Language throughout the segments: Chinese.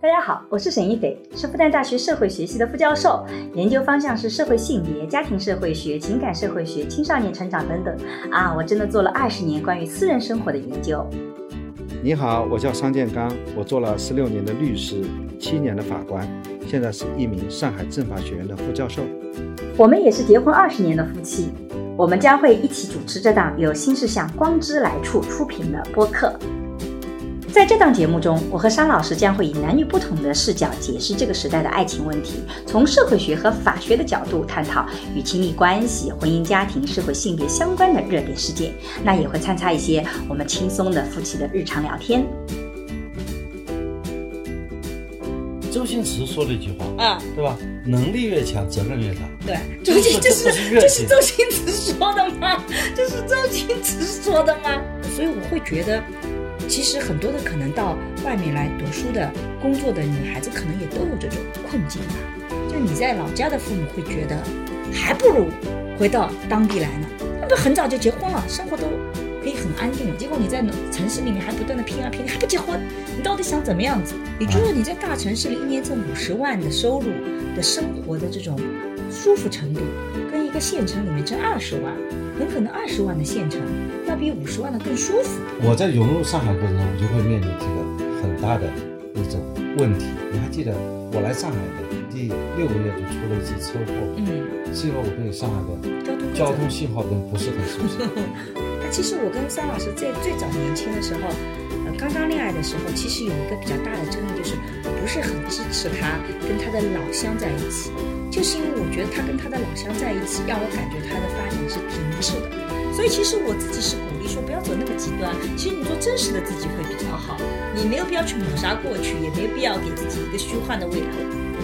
大家好，我是沈一斐，是复旦大学社会学系的副教授，研究方向是社会性别、家庭社会学、情感社会学、青少年成长等等。我真的做了20年关于私人生活的研究。 你好，我叫商建刚，我做了16年的律师，7年的法官，现在是一名上海政法学院的副教授。 我们也是结婚20年的夫妻，我们将会一起主持这档由新世相光之来处出品的播客。在这档节目中，我和商老师将会以男女不同的视角解释这个时代的爱情问题，从社会学和法学的角度探讨与亲密关系、婚姻家庭、社会性别相关的热点事件，那也会参差一些我们轻松的夫妻的日常聊天。 周星驰说了一句话对吧？能力越强，责任越大。 对，这是周星驰说的吗？这是周星驰说的吗？所以我会觉得其实很多的可能到外面来读书的工作的女孩子可能也都有这种困境吧。就你在老家的父母会觉得还不如回到当地来呢，他们很早就结婚了，生活都可以很安定了，结果你在城市里面还不断的拼，还不结婚，你到底想怎么样子？也就是说你在大城市里一年挣50万的收入的生活的这种舒服程度，跟一个县城里面挣20万，很可能20万的县城要比50万的更舒服。 我在融入上海过程中，我就会面临这个很大的一种问题。你还记得我来上海的第6个月就出了一次车祸，是因为我对上海的交通信号灯不是很熟悉。 其实我跟商老师在最早年轻的时候，刚刚恋爱的时候，其实有一个比较大的争议，就是我不是很支持他跟他的老乡在一起，就是因为我觉得他跟他的老乡在一起，让我感觉他的发展是停滞的。所以其实我自己是鼓励说不要走那么极端，其实你做真实的自己会比较好，你没有必要去抹杀过去，也没有必要给自己一个虚幻的未来。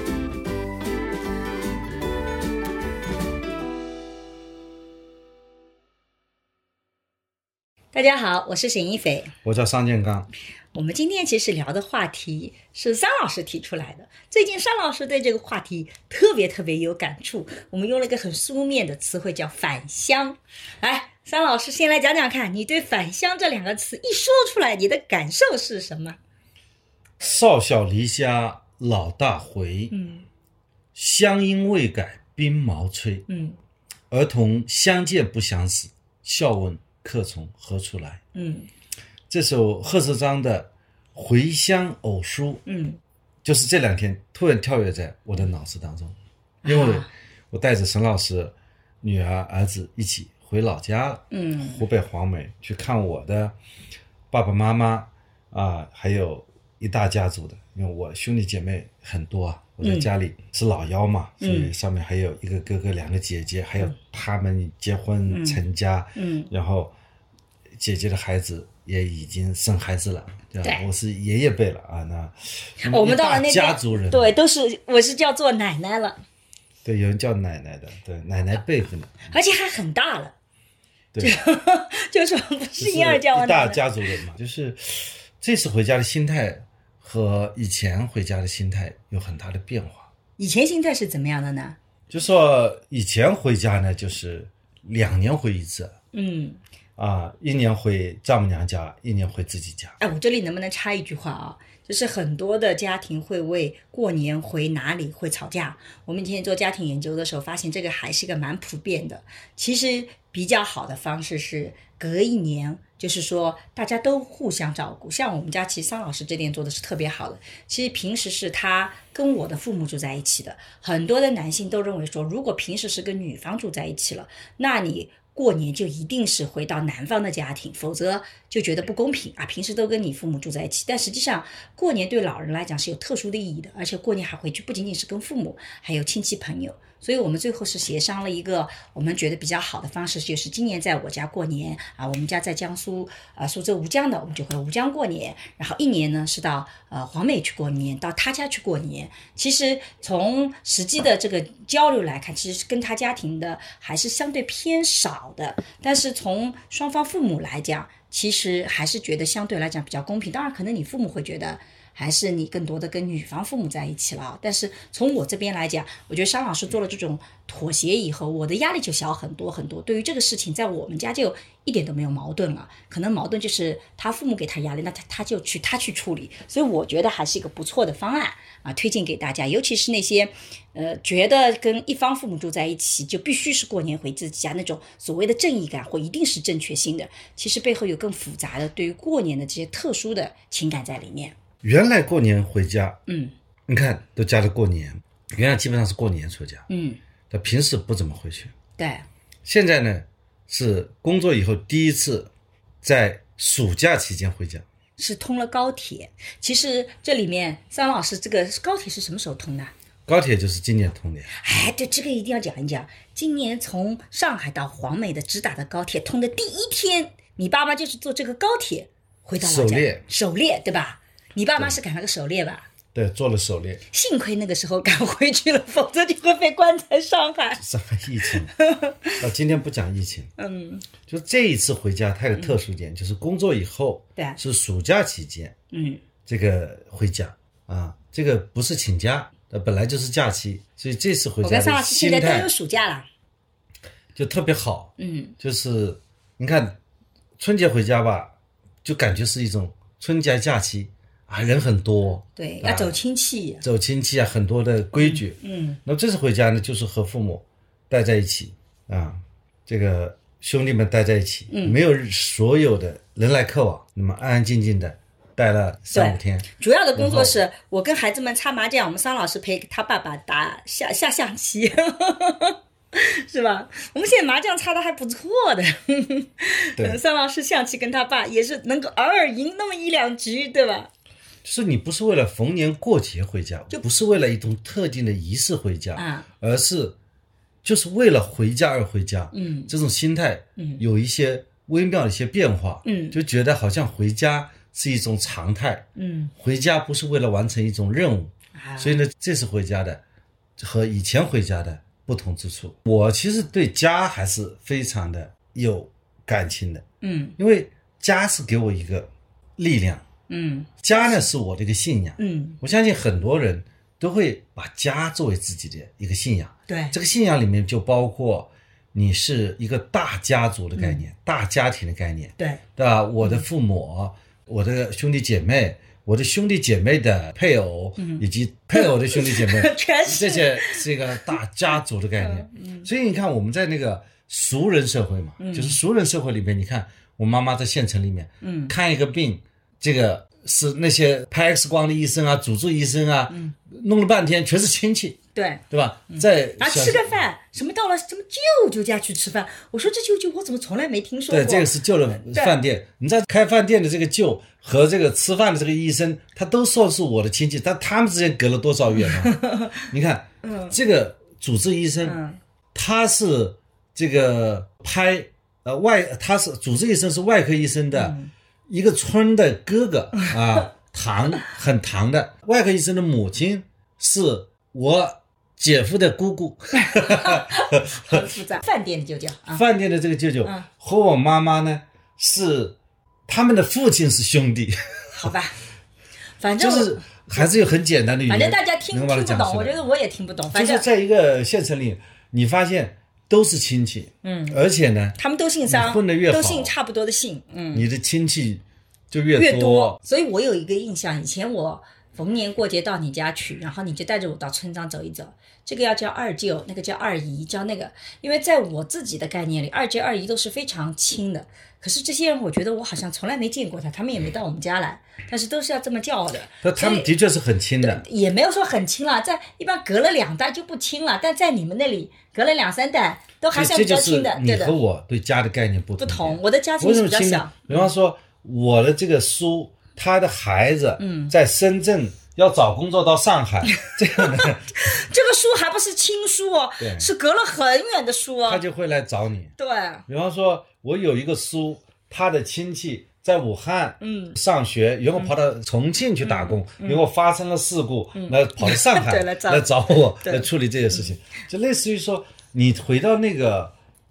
大家好，我是沈一斐， 我叫商建刚。 我们今天其实聊的话题是商老师提出来的，最近商老师对这个话题特别有感触，我们用了一个很书面的词汇叫返乡。来，商老师先来讲讲看，你对返乡这2个词一说出来，你的感受是什么？ 少小离家老大回，乡音未改鬓毛衰，儿童相见不相识，笑问客从何处来。这首贺知章的《回乡偶书》，就是这2天突然跳跃在我的脑子当中，因为我带着沈老师女儿儿子一起回老家了，湖北黄梅去看我的爸爸妈妈还有一大家族的，因为我兄弟姐妹很多啊，我在家里是老幺嘛，所以上面还有一个哥哥2个姐姐，还有他们结婚成家，然后姐姐的孩子也已经生孩子了，对吧？我是爷爷辈了那我们到了那个家族人，对， 我是叫做奶奶了， 对，有人叫奶奶的，对，奶奶辈分的， 而且还很大了， 对， 就是不是一二叫我奶奶， 一大家族人嘛。就是这次回家的心态和以前回家的心态有很大的变化。 以前心态是怎么样的呢？ 就说以前回家呢，就是2年回一次，1年回丈母娘家，1年回自己家。 我这里能不能插一句话啊？就是很多的家庭会为过年回哪里会吵架。我们以前做家庭研究的时候发现，这个还是一个蛮普遍的。其实比较好的方式是隔1年，就是说大家都互相照顾。像我们家其实商老师这点做的是特别好的。其实平时是他跟我的父母住在一起的，很多的男性都认为说，如果平时是跟女方住在一起了，那你过年就一定是回到男方的家庭，否则就觉得不公平平时都跟你父母住在一起。但实际上过年对老人来讲是有特殊的意义的，而且过年还回去不仅仅是跟父母，还有亲戚朋友。所以我们最后是协商了一个我们觉得比较好的方式，就是今年在我家过年我们家在江苏苏州吴江的，我们就回吴江过年，然后1年呢是到黄梅去过年，到他家去过年。其实从实际的这个交流来看，其实跟他家庭的还是相对偏少的，但是从双方父母来讲，其实还是觉得相对来讲比较公平。当然可能你父母会觉得还是你更多的跟女方父母在一起了。但是从我这边来讲，我觉得商老师做了这种妥协以后，我的压力就小很多很多。对于这个事情，在我们家就一点都没有矛盾了。可能矛盾就是他父母给他压力，那他去处理。所以我觉得还是一个不错的方案啊，推荐给大家。尤其是那些觉得跟一方父母住在一起就必须是过年回自己家那种所谓的正义感或一定是正确性的，其实背后有更复杂的对于过年的这些特殊的情感在里面。 原来过年回家，你看都加着过年，原来基本上是过年出家，但平时不怎么回去。 对， 现在呢是工作以后第一次在暑假期间回家， 是通了高铁。其实这里面桑老师这个高铁是什么时候通的？ 高铁就是今年通的。 哎，对，这个一定要讲一讲。今年从上海到黄梅的直达的高铁通的第一天，你爸妈就是坐这个高铁回到老家。狩猎对吧？你爸妈是赶了个狩猎吧？ 对，做了狩猎。 幸亏那个时候赶回去了，否则就会被关在上海。 上海疫情今天不讲疫情，就这一次回家它有特殊点，就是工作以后， 对， 是暑假期间，这个回家啊，这个不是请假，本来就是假期，所以这次回家的心态，我跟桑老师现在都有暑假了， 就特别好。就是你看春节回家吧，就感觉是一种春节假期啊，人很多， 对，要走亲戚， 走亲戚啊，很多的规矩。那这次回家呢，就是和父母待在一起啊，这个兄弟们待在一起，没有所有的人来客往，那么安安静静的待了3-5天。 主要的工作是我跟孩子们擦麻将，我们桑老师陪他爸爸打下象棋。是吧？我们现在麻将擦的还不错的。对，桑老师象棋跟他爸也是能够偶尔赢那么1-2局，对吧？ 就是你不是为了逢年过节回家，就不是为了一种特定的仪式回家，而是就是为了回家而回家。这种心态有一些微妙的一些变化。就觉得好像回家是一种常态。回家不是为了完成一种任务。所以呢，这次回家的和以前回家的不同之处，我其实对家还是非常的有感情的。因为家是给我一个力量。家呢是我的一个信仰。我相信很多人都会把家作为自己的一个信仰。 对， 这个信仰里面就包括你是一个大家族的概念，大家庭的概念。 对吧？我的父母，我的兄弟姐妹，我的兄弟姐妹的配偶，以及配偶的兄弟姐妹， 全是这些是一个大家族的概念。所以你看我们在那个熟人社会嘛，就是熟人社会里面，你看我妈妈在县城里面，看一个病，这个是那些拍 X 光的医生啊，主治医生啊，弄了半天全是亲戚。对吧？在吃个饭，什么到了什么舅舅家去吃饭，我说这舅舅我怎么从来没听说过。 对，这个是舅的饭店。你知道开饭店的这个舅和这个吃饭的这个医生，他都说是我的亲戚，但他们之间隔了多少远呢？你看，这个主治医生，他是这个他是主治医生，是外科医生的一个村的哥哥啊，很堂的。外科医生的母亲是我姐夫的姑姑。 很复杂。饭店的舅舅， 饭店的这个舅舅和我妈妈呢是他们的父亲是兄弟。 好吧，反正就是还是有很简单的语言， 反正大家听不懂，我觉得我也听不懂。反正就是在一个县城里，你发现都是亲戚，而且呢， 他们都姓桑， 混得越好， 都姓差不多的姓， 你的亲戚就越多。所以我有一个印象，以前我逢年过节到你家去，然后你就带着我到村庄走一走，这个要叫二舅，那个叫二姨，叫那个，因为在我自己的概念里，二舅二姨都是非常亲的。可是这些人，我觉得我好像从来没见过他们也没到我们家来，但是都是要这么叫的。 他们的确是很亲的， 也没有说很亲了，在一般隔了2代就不亲了，但在你们那里隔了2-3代都还算比较亲的。 这就是你和我对家的概念不同。 我的家庭是比较小。 比方说我的这个叔，他的孩子在深圳要找工作到上海，这样的这个叔还不是亲叔哦，是隔了很远的叔哦， 他就会来找你。 对， 比方说我有一个叔，他的亲戚在武汉上学，然后跑到重庆去打工，然后发生了事故，来跑到上海来找我来处理这些事情，就类似于说你回到那个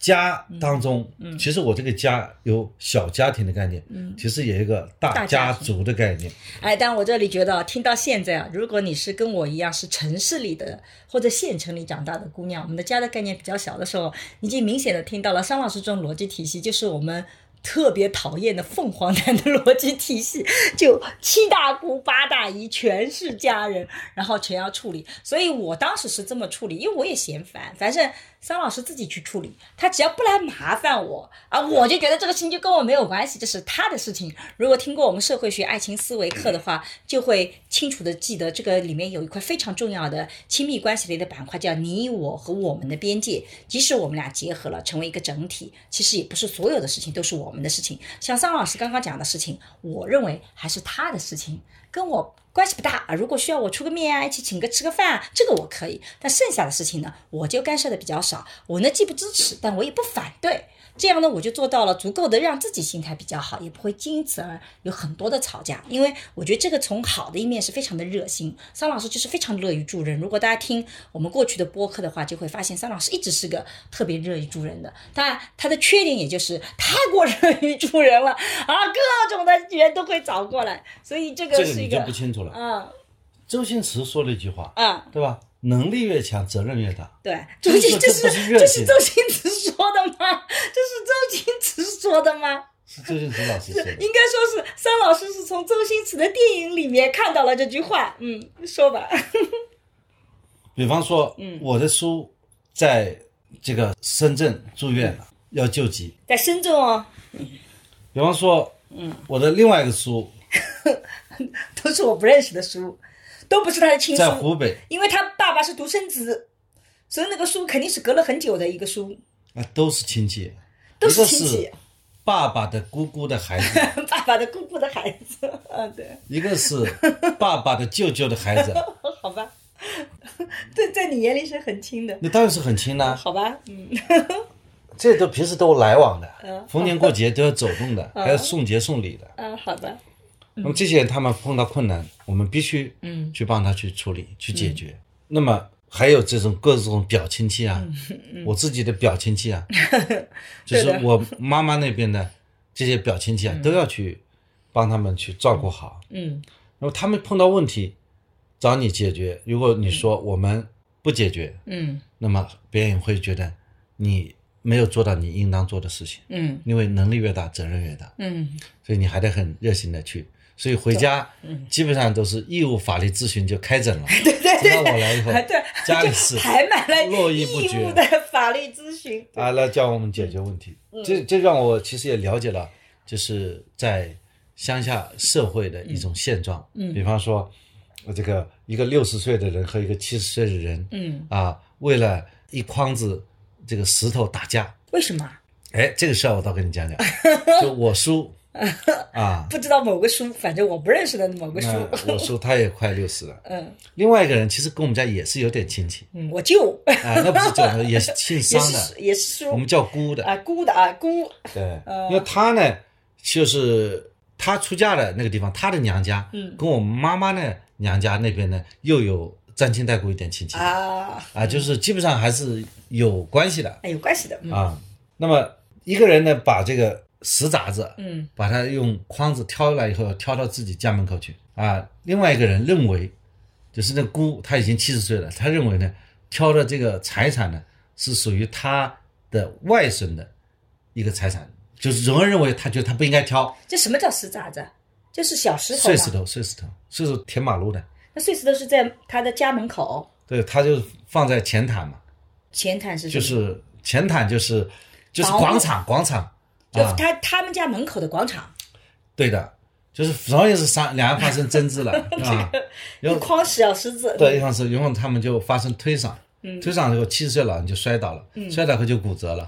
家当中，其实我这个家有小家庭的概念，其实也有一个大家族的概念。 但我这里觉得听到现在啊，如果你是跟我一样是城市里的或者县城里长大的姑娘，我们的家的概念比较小的时候，已经明显的听到了商老师这种逻辑体系，就是我们特别讨厌的凤凰男的逻辑体系，就7大姑8大姨全是家人，然后全要处理。所以我当时是这么处理，因为我也嫌烦，反正桑老师自己去处理，他只要不来麻烦我啊，我就觉得这个事情就跟我没有关系，这是他的事情。如果听过我们社会学爱情思维课的话，就会清楚的记得这个里面有一块非常重要的亲密关系类的板块，叫你我和我们的边界。即使我们俩结合了成为一个整体，其实也不是所有的事情都是我们的事情。像桑老师刚刚讲的事情，我认为还是他的事情，跟我关系不大啊。如果需要我出个面啊，一起请个吃个饭啊，这个我可以。但剩下的事情呢，我就干涉的比较少。我呢既不支持，但我也不反对。这样呢，我就做到了足够的让自己心态比较好，也不会因此而有很多的吵架。因为我觉得这个从好的一面是非常的热心，桑老师就是非常乐于助人。如果大家听我们过去的播客的话，就会发现桑老师一直是个特别乐于助人的。当然他的缺点也就是太过乐于助人了啊，各种的人都会找过来，所以这个是一个你就不清楚了。周星驰说了一句话，对吧？能力越强，责任越大。 对， 这是这是周星驰说的吗？这是周星驰说的吗？ 是周星驰老师说的。 应该说是桑老师是从周星驰的电影里面看到了这句话。说吧。 比方说，我的书在这个深圳住院了，要救急。 在深圳哦。 比方说，我的另外一个书， 都是我不认识的书。都不是他的亲书， 在湖北， 因为他爸爸是独生子，所以那个书肯定是隔了很久的一个书。 都是亲戚， 都是亲戚。 一个是爸爸的姑姑的孩子， 爸爸的姑姑的孩子，对。 一个是爸爸的舅舅的孩子。 好吧，这在你眼里是很亲的。 那当然是很亲啦。 好吧， 这都平时都来往的，逢年过节都要走动的，还要送节送礼的。 好的。 那么这些人他们碰到困难，我们必须去帮他去处理、去解决。那么还有这种各种表亲戚啊，我自己的表亲戚啊，就是我妈妈那边的这些表亲戚啊，都要去帮他们去照顾好。那么他们碰到问题找你解决，如果你说我们不解决，那么别人会觉得你没有做到你应当做的事情。因为能力越大，责任越大。所以你还得很热心的去。所以回家基本上都是义务法律咨询就开诊了。 对， 直到我来以后，家里是排满了络绎不绝的法律咨询来教我们解决问题。这让我其实也了解了，就是在乡下社会的一种现状。比方说，这个一个60岁的人和一个70岁的人，为了一筐子这个石头打架。 为什么？ 这个事儿我倒跟你讲讲。就我叔。 不知道某个书，反正我不认识的某个书。 我叔他也快60了。另外一个人其实跟我们家也是有点亲戚。 我舅。 那不是舅，也是姓商的， 也是叔。 我们叫姑的。 姑。 对，因为他呢，就是他出嫁的那个地方，他的娘家，跟我妈妈呢娘家那边呢又有沾亲带故一点亲戚就是基本上还是有关系的。 有关系的。 那么一个人呢，把这个石铡子，把它用筐子挑来以后，挑到自己家门口去另外一个人认为，就是那姑他已经70岁了，他认为呢，挑的这个财产呢是属于他的外孙的一个财产，就是有人认为他觉得他不应该挑。 这什么叫石铡子？就是小石头。 碎石头填马路的。 那碎石头是在他的家门口？ 对，他就放在前坛嘛。 前坛是什么？ 就是前坛就是广场。 就他们家门口的广场。 对的，就是容易是两人发生争执了一筐小石子。 对，一筐石，然后他们就发生推搡。推搡以后70岁老人就摔倒了，摔倒后就骨折了。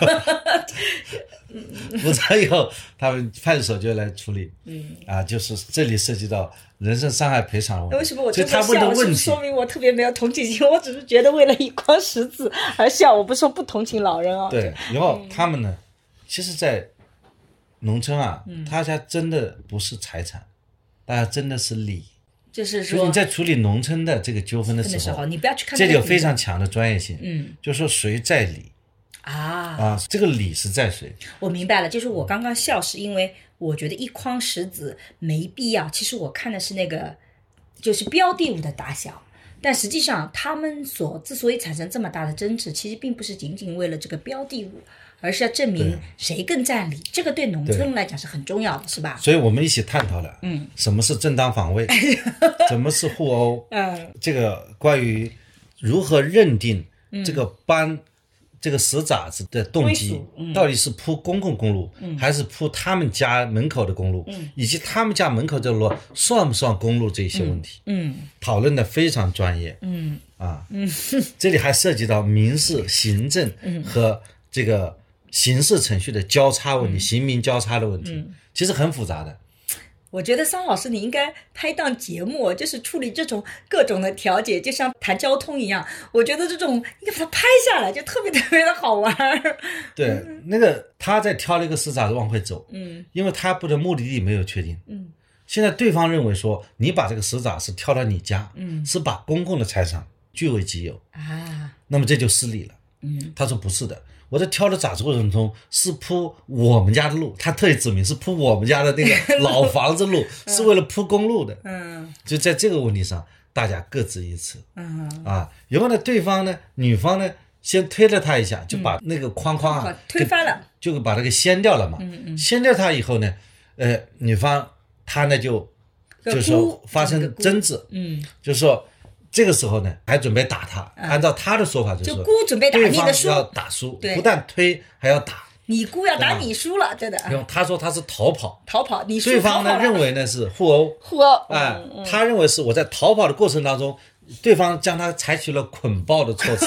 骨折以后他们派出所就来处理。就是这里涉及到人身伤害赔偿问题。 为什么我这么笑？是说明我特别没有同情心。我只是觉得为了一筐石子而笑，我不是说不同情老人啊。 对，然后他们呢，其实在农村大家真的不是财产，大家真的是理。 就是说你在处理农村的这个纠纷的时候， 你不要去看这里有非常强的专业性。就是说谁在理这个理是在谁？ 我明白了，就是我刚刚笑是因为我觉得一筐石子没必要，其实我看的是那个就是标的物的大小，但实际上他们之所以产生这么大的争执，其实并不是仅仅为了这个标的物，而是要证明谁更占理，这个对农村来讲是很重要的，是吧？ 所以我们一起探讨了，什么是正当防卫，什么是互殴，这个关于如何认定这个搬这个石渣子的动机，到底是铺公共公路，还是铺他们家门口的公路，以及他们家门口这路算不算公路这些问题，讨论的非常专业，这里还涉及到民事、行政和这个刑事程序的交叉问题，刑民交叉的问题，其实很复杂的。 我觉得桑老师你应该拍档节目，就是处理这种各种的调解，就像谈交通一样，我觉得这种应该把它拍下来，就特别特别的好玩。 对，那个他在挑了一个石渣子往回走，因为他的目的地没有确定，现在对方认为说你把这个石渣是挑到你家，是把公共的财产据为己有那么这就失礼了。他说不是的，我在挑的渣子过程中是铺我们家的路，他特意指明是铺我们家的那个老房子路，是为了铺公路的。就在这个问题上大家各执一词。然后呢对方呢女方呢先推了他一下，就把那个框推翻了， 就把它给掀掉了嘛。掀掉他以后呢女方她呢就是说发生争执，就是说这个时候呢还准备打他，按照他的说法就是说姑准备打你的输， 对方要打输，不但推还要打， 你姑要打你输了，真的。 他说他是逃跑， 你输， 对方呢认为呢是互殴，他认为是我在逃跑的过程当中，对方将他采取了捆抱的措施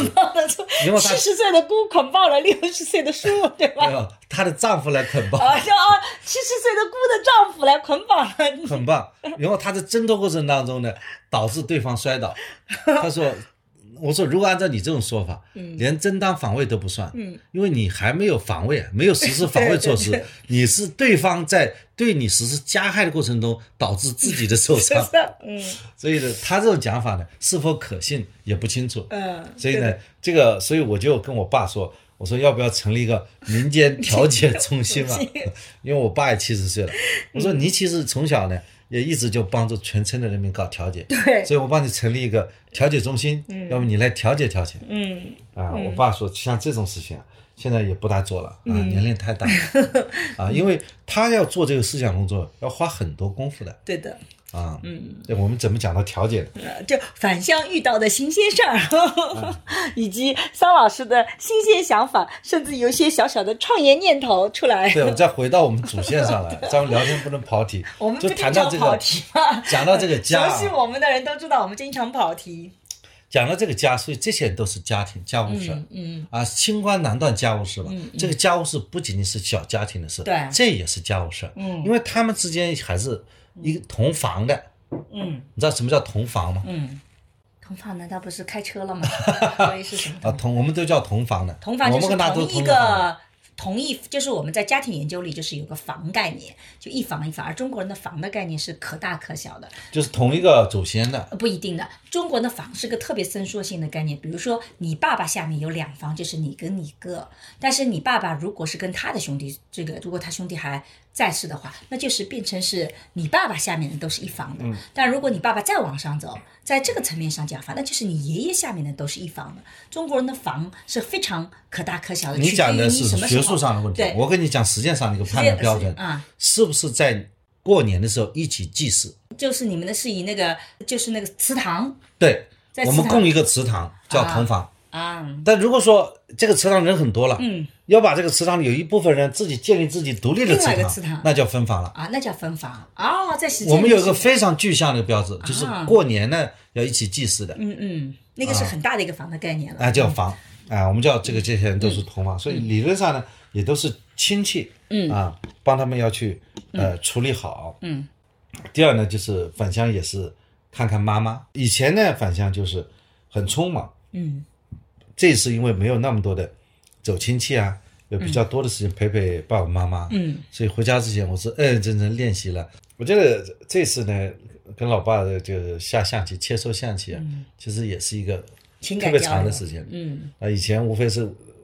，70岁的姑捆抱了60岁的叔，对吧？ 她的丈夫来捆抱 ，70岁的姑的丈夫来捆绑了， 捆绑。然后他在争夺过程当中呢，导致对方摔倒。他说：“我说如果按照你这种说法，连正当防卫都不算，因为你还没有防卫，没有实施防卫措施，你是对方在对你实施加害的过程中导致自己的受伤。所以呢，他这种讲法呢，是否可信也不清楚。所以呢，所以我就跟我爸说。”我说要不要成立一个民间调解中心嘛？因为我爸也70岁了。我说你其实从小呢也一直就帮助全村的人民搞调解， 对， 所以我帮你成立一个调解中心，要不你来调解调解。我爸说像这种事情现在也不大做了年龄太大了因为他要做这个思想工作要花很多功夫的。 对的。 我们怎么讲到调解的？ 就返乡遇到的新鲜事儿，以及桑老师的新鲜想法，甚至有一些小小的创业念头出来。 对，我再回到我们主线上来，咱们聊天不能跑题。 我们就谈到这个跑题嘛， 讲到这个家， 熟悉我们的人都知道，我们经常跑题。 讲到这个家，所以这些都是家庭家务事，清官难断家务事吧。这个家务事不仅仅是小家庭的事， 对， 这也是家务事，因为他们之间还是一个同房的，你知道什么叫同房吗？ 同房难道不是开车了吗？所以是什么？ 我们都叫同房的， 同房就是我们跟他都同一个。就是我们在家庭研究里就是有个房概念，就一房一房，而中国人的房的概念是可大可小的， 就是同一个祖先的， 不一定的。中国人的房是个特别伸缩性的概念，比如说你爸爸下面有2房，就是你跟你哥，但是你爸爸如果是跟他的兄弟，如果他兄弟还在世的话，那就是变成是你爸爸下面的都是一房的，但如果你爸爸再往上走，在这个层面上讲法，那就是你爷爷下面的都是一房的。中国人的房是非常可大可小的， 你讲的是学术上的问题，我跟你讲实践上的一个判断标准是不是在过年的时候一起祭祀？就是你们的是以那个就是那个祠堂， 对，我们供一个祠堂叫同房但如果说这个祠堂人很多了，要把这个祠堂里有一部分人自己建立自己独立的祠堂，那叫分房了那叫分房在实践我们有一个非常具象的标志，就是过年呢要一起祭祀的， 那个是很大的一个房的概念了， 那叫房我们叫这些人都是同房，所以理论上呢也都是亲戚帮他们要去处理好。第二呢就是返乡也是看看妈妈，以前呢返乡就是很匆忙，这次因为没有那么多的走亲戚有比较多的时间陪陪爸爸妈妈，所以回家之前我是认认真真练习了。我觉得这次呢跟老爸的这个下象棋切磋象棋其实也是一个特别长的时间。以前无非是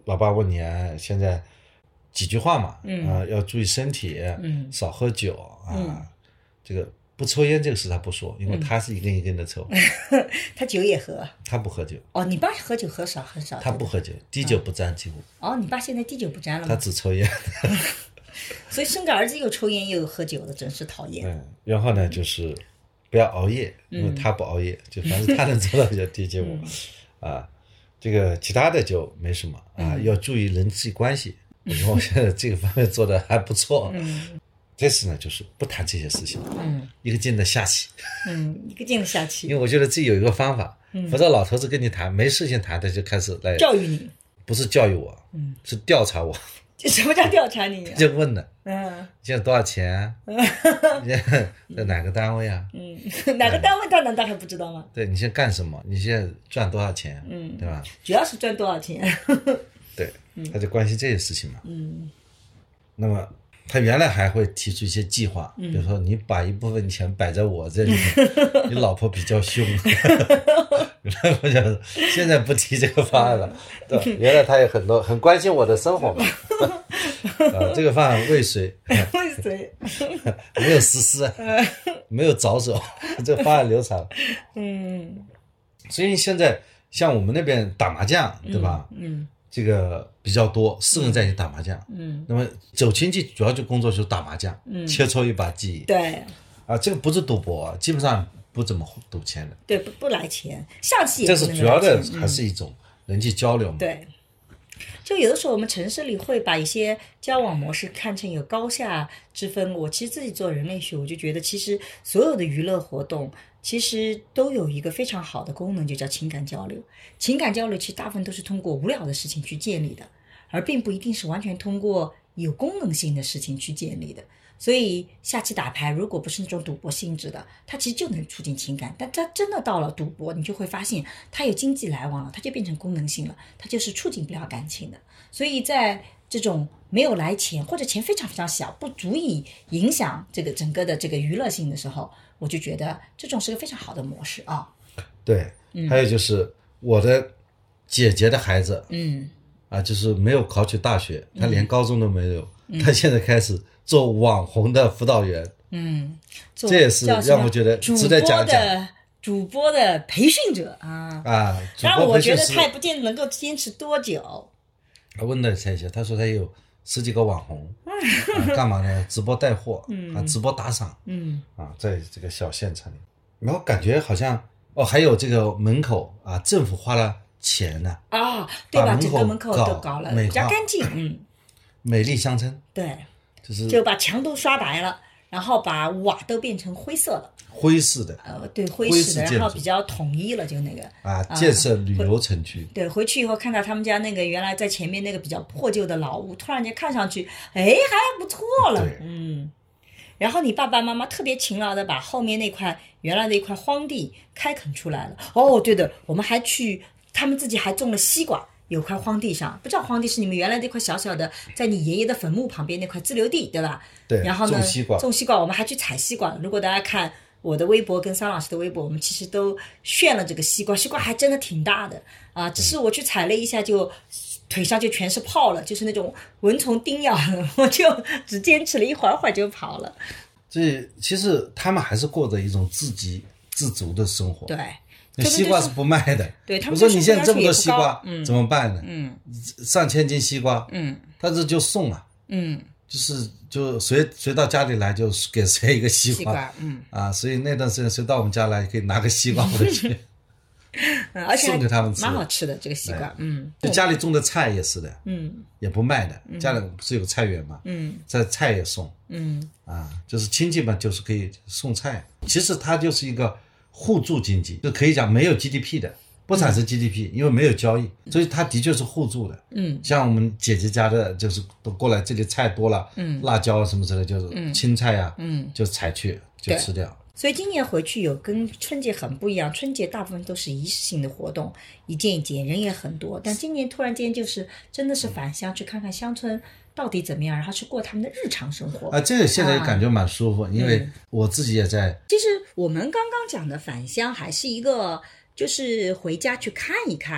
老爸问你啊，现在几句话嘛，要注意身体，少喝酒啊，这个不抽烟这个事他不说，因为他是一根一根的抽。 他酒也喝？ 他不喝酒。 哦，你爸喝酒喝少很少？ 他不喝酒，滴酒不沾几乎。 哦，你爸现在滴酒不沾了吗？ 他只抽烟。 所以生个儿子又抽烟又喝酒的，真是讨厌。 然后呢，就是不要熬夜，因为他不熬夜，就凡是他能做到就提醒我。啊，这个其他的就没什么啊，要注意人际关系。我说我现在这个方面做的还不错。这次呢，就是不谈这些事情，一个劲的下棋， 一个劲的下棋。 因为我觉得自己有一个方法，否则老头子跟你谈没事情谈，他就开始来教育你， 不是教育我，是调查我。 什么叫调查你？ 就问了，现在多少钱？在哪个单位啊？ 哪个单位他难道还不知道吗？ 对，你现在干什么？你现在赚多少钱？对吧？ 主要是赚多少钱。 对，他就关心这些事情嘛。那么他原来还会提出一些计划，比如说你把一部分钱摆在我这里，你老婆比较凶。我想现在不提这个方案了。对，原来他也很关心我的生活嘛。这个方案未遂， 未遂， 没有实施，没有着手，这个方案流产。所以现在像我们那边打麻将，对吧？这个比较多，4个人在一起打麻将。那么走亲戚主要就工作就是打麻将，切磋一把技艺。 对。 这个不是赌博，基本上不怎么赌钱的。 对，不来钱，象棋也这是主要的，还是一种人际交流嘛。 对。就有的时候我们城市里会把一些交往模式看成有高下之分。我其实自己做人类学，我就觉得其实所有的娱乐活动其实都有一个非常好的功能，就叫情感交流。情感交流其实大部分都是通过无聊的事情去建立的，而并不一定是完全通过有功能性的事情去建立的。所以下棋打牌如果不是那种赌博性质的，它其实就能促进情感，但它真的到了赌博，你就会发现它有经济来往了，它就变成功能性了，它就是促进不了感情的。所以在这种没有来钱或者钱非常非常小，不足以影响这个整个的这个娱乐性的时候，我就觉得这种是个非常好的模式啊。 对，还有就是我的姐姐的孩子，就是没有考取大学，他连高中都没有，他现在开始做网红的辅导员，这也是让我觉得值得讲讲。 主播的培训者啊，当然我觉得他也不见得能够坚持多久。 我问了他一下，他说他有10几个网红，干嘛呢？直播带货，直播打赏，在这个小县城里，然后感觉好像还有这个门口政府花了钱呢， 对吧？整个门口都搞了，比较干净， 美丽乡村， 对，就把墙都刷白了，然后把瓦都变成灰色了。 灰式的， 对，灰式的，然后比较统一了，就那个建设旅游城区。 对，回去以后看到他们家那个原来在前面那个比较破旧的老屋，突然间看上去，还不错了，然后你爸爸妈妈特别勤劳的把后面那块原来的一块荒地开垦出来了。对的，我们还去，他们自己还种了西瓜。有块荒地上，不知道荒地是你们原来那块小小的，在你爷爷的坟墓旁边那块自留地，对吧？ 对。 然后呢， 种西瓜，我们还去采西瓜。如果大家看我的微博跟桑老师的微博，我们其实都炫了这个西瓜，西瓜还真的挺大的只是我去采了一下，就腿上就全是泡了，就是那种蚊虫叮咬了，我就只坚持了一会儿就跑了。 这其实他们还是过着一种自给自足的生活。 对。 那西瓜是不卖的， 对，他们我说你现在这么多西瓜，怎么办呢？上千斤西瓜，他这就送了，就谁到家里来就给谁一个西瓜，所以那段时间谁到我们家来可以拿个西瓜回去， 而且送给他们吃， 蛮好吃的这个西瓜， 就家里种的菜也是的，也不卖的，家里不是有菜园嘛，这菜也送，就是亲戚们就是可以送菜，其实它就是一个互助经济，就可以讲没有 GDP 的，不产生 GDP，因为没有交易，所以它的确是互助的。像我们姐姐家的，就是都过来这里菜多了，辣椒什么之类，就是青菜啊，就采去就吃掉。 所以今年回去有跟春节很不一样，春节大部分都是仪式性的活动，一件一件，人也很多，但今年突然间就是真的是返乡去看看乡村到底怎么样，然后去过他们的日常生活这个现在感觉蛮舒服，因为我自己也在。 其实我们刚刚讲的返乡还是一个就是回家去看一看，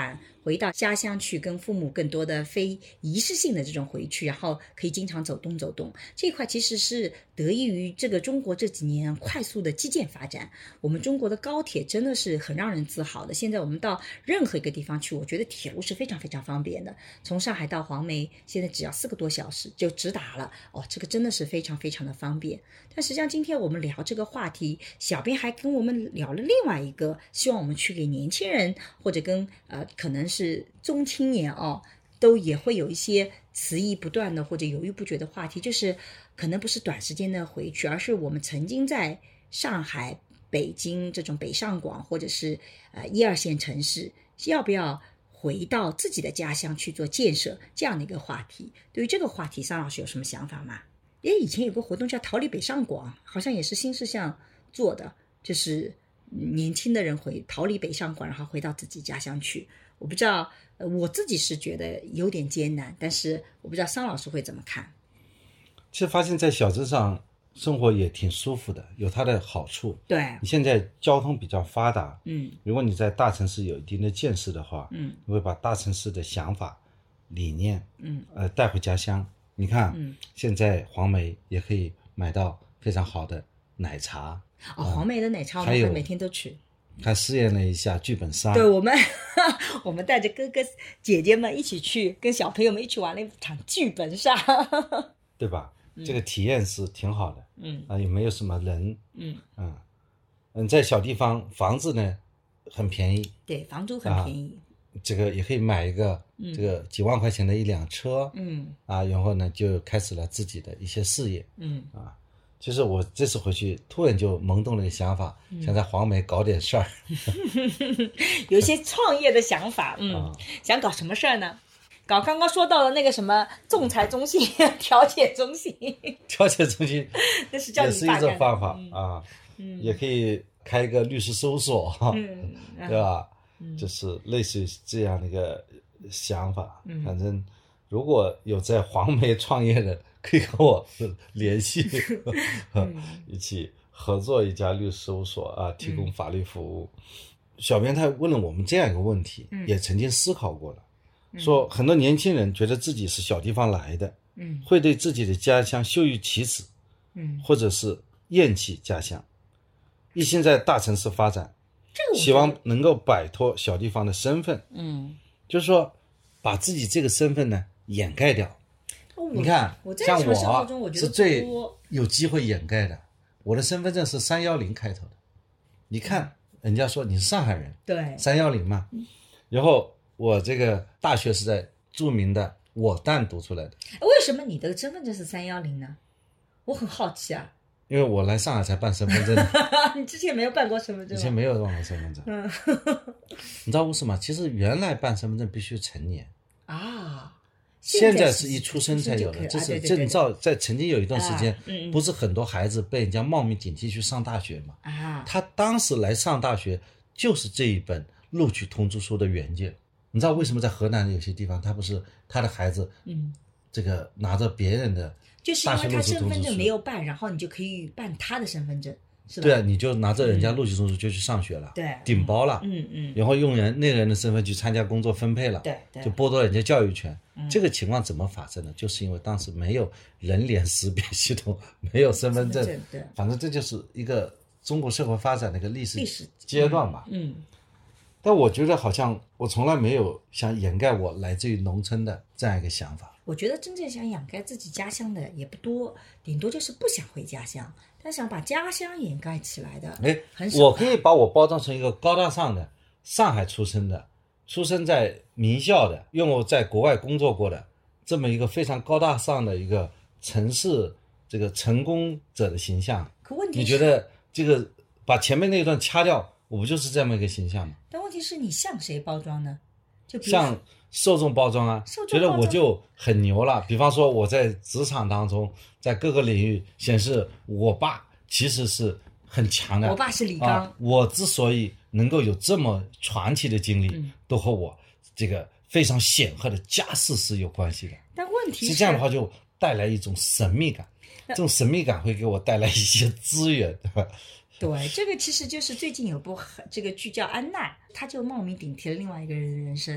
回到家乡去跟父母更多的非仪式性的这种回去，然后可以经常走动走动，这一块其实是得益于这个中国这几年快速的基建发展。我们中国的高铁真的是很让人自豪的，现在我们到任何一个地方去，我觉得铁路是非常非常方便的，从上海到黄梅现在只要4个多小时就直达了，这个真的是非常非常的方便。但实际上今天我们聊这个话题，小编还跟我们聊了另外一个希望我们去给年轻人或者跟可能是中青年都也会有一些词意不断的或者犹豫不决的话题，就是可能不是短时间的回去，而是我们曾经在上海、北京这种北上广或者是1、2线城市，要不要回到自己的家乡去做建设，这样的一个话题。对于这个话题，桑老师有什么想法吗？以前有个活动叫逃离北上广，好像也是新世相做的，就是年轻的人逃离北上广，然后回到自己家乡去。我不知道，我自己是觉得有点艰难，但是我不知道桑老师会怎么看。 其实发现在小镇上生活也挺舒服的，有它的好处。 对， 你现在交通比较发达，如果你在大城市有一定的见识的话，你会把大城市的想法、理念，带回家乡。你看，现在黄梅也可以买到非常好的奶茶。 黄梅的奶茶我们会每天都吃。 还试验了一下剧本杀。 对，我们带着哥哥姐姐们一起去，跟小朋友们一起玩了一场剧本杀， 对吧？这个体验是挺好的。也没有什么人。在小地方房子呢很便宜。对，房租很便宜。这个也可以买一个这个几万块钱的一辆车。然后呢就开始了自己的一些事业。其实我这次回去突然就萌动了一个想法，想在黄梅搞点事儿。 有一些创业的想法。想搞什么事儿呢？搞刚刚说到的那个什么仲裁中心、调解中心。 调解中心那是叫你也是一种方法。也可以开一个律师事务所。对吧？就是类似于这样的一个想法。反正如果有在黄梅创业的，可以和我联系。一起合作一家律师事务所提供法律服务。小编他问了我们这样一个问题，也曾经思考过了，说很多年轻人觉得自己是小地方来的，会对自己的家乡羞于启齿，或者是厌弃家乡，一心在大城市发展，希望能够摆脱小地方的身份。就是说把自己这个身份呢掩盖掉。你看像我是最有机会掩盖的，我的身份证是310开头的。你看人家说你是上海人，对，310嘛。然后我这个大学是在著名的我旦读出来的。 为什么你的身份证是310呢？我很好奇啊。 因为我来上海才办身份证。 你之前没有办过身份证吗？ 以前没有办过身份证。你知道为什么？其实原来办身份证必须成年啊，现在是一出生才有的，这是证照。在曾经有一段时间，不是很多孩子被人家冒名顶替去上大学嘛？他当时来上大学就是这一本录取通知书的原件。你知道为什么在河南有些地方他不是他的孩子这个拿着别人的大学录取通知书，就是因为他身份证没有办，然后你就可以办他的身份证，是吧？对啊，你就拿着人家录取通知书就去上学了，对，顶包了，然后用那个人的身份去参加工作分配了，对，就剥夺人家教育权。这个情况怎么发生的？就是因为当时没有人脸识别系统，没有身份证，对，反正这就是一个中国社会发展的一个历史阶段吧。但我觉得好像我从来没有想掩盖我来自于农村的这样一个想法。我觉得真正想掩盖自己家乡的也不多，顶多就是不想回家乡，但想把家乡掩盖起来的很少。我可以把我包装成一个高大上的上海出生的，出生在名校的，因为我在国外工作过的这么一个非常高大上的一个城市这个成功者的形象。可问题是，你觉得这个把前面那一段掐掉，我不就是这么一个形象吗？但问题是你向谁包装呢？就比如向受众包装啊，觉得我就很牛了。比方说我在职场当中，在各个领域显示我爸其实是很强的，我爸是李刚，我之所以能够有这么传奇的经历，都和我这个非常显赫的家世是有关系的。但问题是这样的话就带来一种神秘感，这种神秘感会给我带来一些资源，对吧？对，这个其实就是最近有部这个剧叫《安娜》，她就冒名顶替了另外一个人的人生。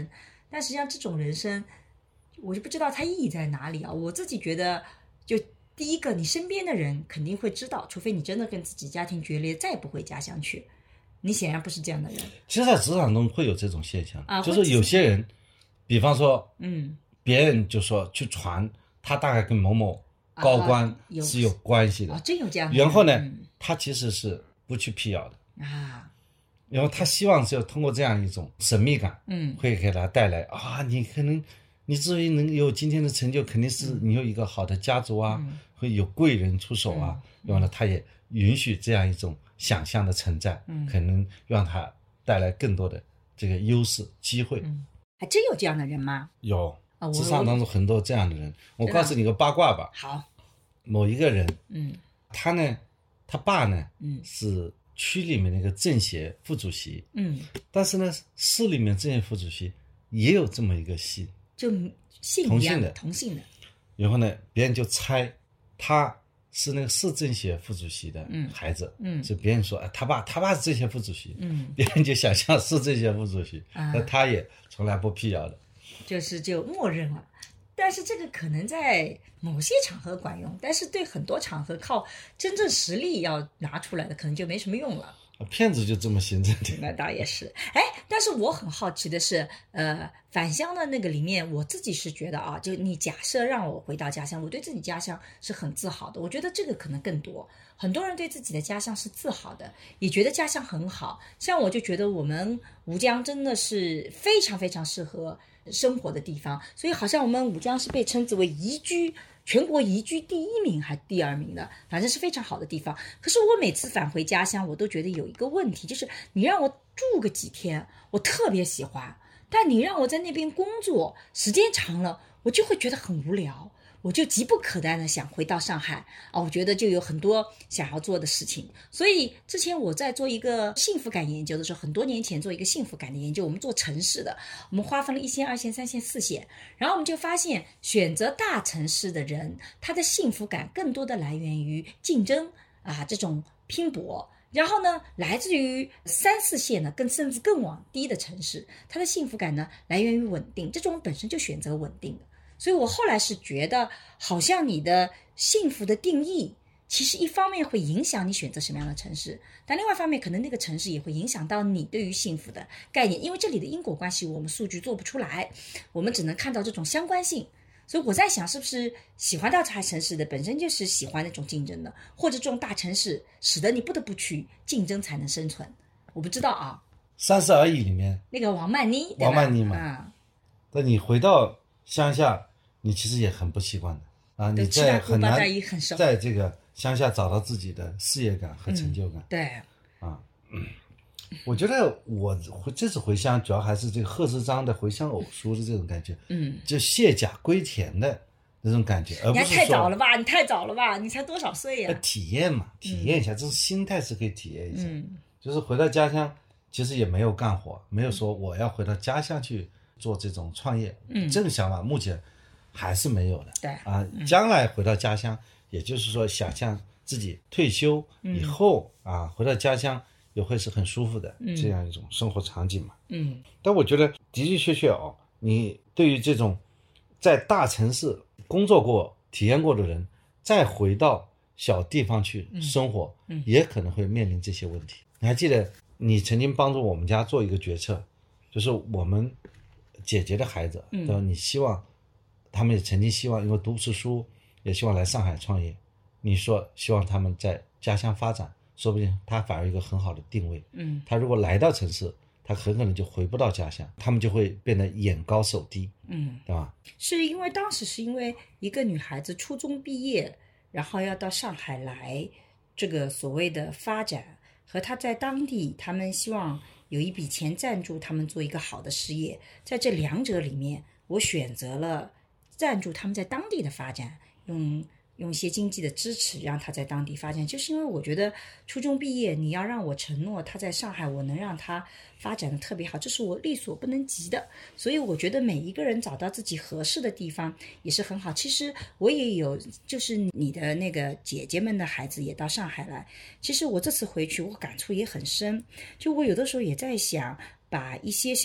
但实际上这种人生，我就不知道它意义在哪里啊。我自己觉得，就第一个，你身边的人肯定会知道，除非你真的跟自己家庭决裂，再也不回家乡去。你显然不是这样的人。 其实在职场中会有这种现象， 啊， 就是有些人，比方说，别人就说去传他大概跟某某高官是有关系的， 真有这样的人。 然后呢，他其实是不去辟谣的啊。 然后他希望是通过这样一种神秘感，会给他带来啊，你可能你之所以能有今天的成就，肯定是你有一个好的家族啊，会有贵人出手啊，然后呢，他也允许这样一种想象的存在，可能让他带来更多的这个优势机会。 还真有这样的人吗？ 有，职场当中很多这样的人。我告诉你个八卦吧。 好。 某一个人，他呢，他爸呢，是区里面那个政协副主席，但是呢，市里面政协副主席也有这么一个系， 就姓一样的，同姓的。 然后呢，别人就猜他是那个市政协副主席的孩子，就别人说，他爸是政协副主席，别人就想象是政协副主席，那他也从来不辟谣的， 就默认了。但是这个可能在某些场合管用，但是对很多场合靠真正实力要拿出来的可能就没什么用了。 骗子就这么形成的。 那倒也是。但是我很好奇的是，返乡的那个里面，我自己是觉得啊，就你假设让我回到家乡，我对自己家乡是很自豪的。我觉得这个可能更多，很多人对自己的家乡是自豪的，也觉得家乡很好。像我就觉得我们吴江真的是非常非常适合生活的地方，所以好像我们吴江是被称之为全国宜居第1名还第2名的，反正是非常好的地方。可是我每次返回家乡，我都觉得有一个问题，就是你让我住个几天，我特别喜欢，但你让我在那边工作时间长了，我就会觉得很无聊，我就急不可待的想回到上海我觉得就有很多想要做的事情。所以之前我在做一个幸福感研究的时候，很多年前做一个幸福感的研究，我们做城市的，我们划分了1线、2线、3线、4线，然后我们就发现选择大城市的人，他的幸福感更多的来源于竞争这种拼搏，然后呢，来自于3、4线呢，甚至更往低的城市，他的幸福感呢来源于稳定，这种本身就选择稳定的。所以我后来是觉得，好像你的幸福的定义，其实一方面会影响你选择什么样的城市，但另外一方面可能那个城市也会影响到你对于幸福的概念，因为这里的因果关系我们数据做不出来，我们只能看到这种相关性。所以我在想，是不是喜欢大城市的本身就是喜欢那种竞争的，或者这种大城市使得你不得不去竞争才能生存。我不知道啊。 30而已里面那个王曼妮嘛，但你回到乡下，你其实也很不习惯的你在很难在这个乡下找到自己的事业感和成就感。 对我觉得我这次回乡主要还是这个贺知章的《回乡偶书》的这种感觉，就卸甲归田的那种感觉，而不是说你太早了吧，你才多少岁呀？ 体验一下，这种心态是可以体验一下。就是回到家乡，其实也没有干活，没有说我要回到家乡去做这种创业，这个想法目前还是没有的。 对将来回到家乡，也就是说想象自己退休以后回到家乡也会是很舒服的这样一种生活场景嘛。但我觉得的的确确你对于这种在大城市工作过体验过的人，再回到小地方去生活，也可能会面临这些问题。你还记得你曾经帮助我们家做一个决策，就是我们姐姐的孩子，你希望他们也曾经希望因为读不出书，也希望来上海创业，你说希望他们在家乡发展，说不定他反而有一个很好的定位。他如果来到城市，他很可能就回不到家乡，他们就会变得眼高手低。对吧？ 是因为当时是因为一个女孩子初中毕业，然后要到上海来这个所谓的发展，和她在当地他们希望有一笔钱赞助他们做一个好的事业，在这两者里面，我选择了赞助他们在当地的发展，用一些经济的支持让他在当地发展，就是因为我觉得初中毕业你要让我承诺他在上海我能让他发展的特别好，这是我力所不能及的。所以我觉得每一个人找到自己合适的地方也是很好。其实我也有，就是你的那个姐姐们的孩子也到上海来，其实我这次回去我感触也很深，就我有的时候也在想把一些小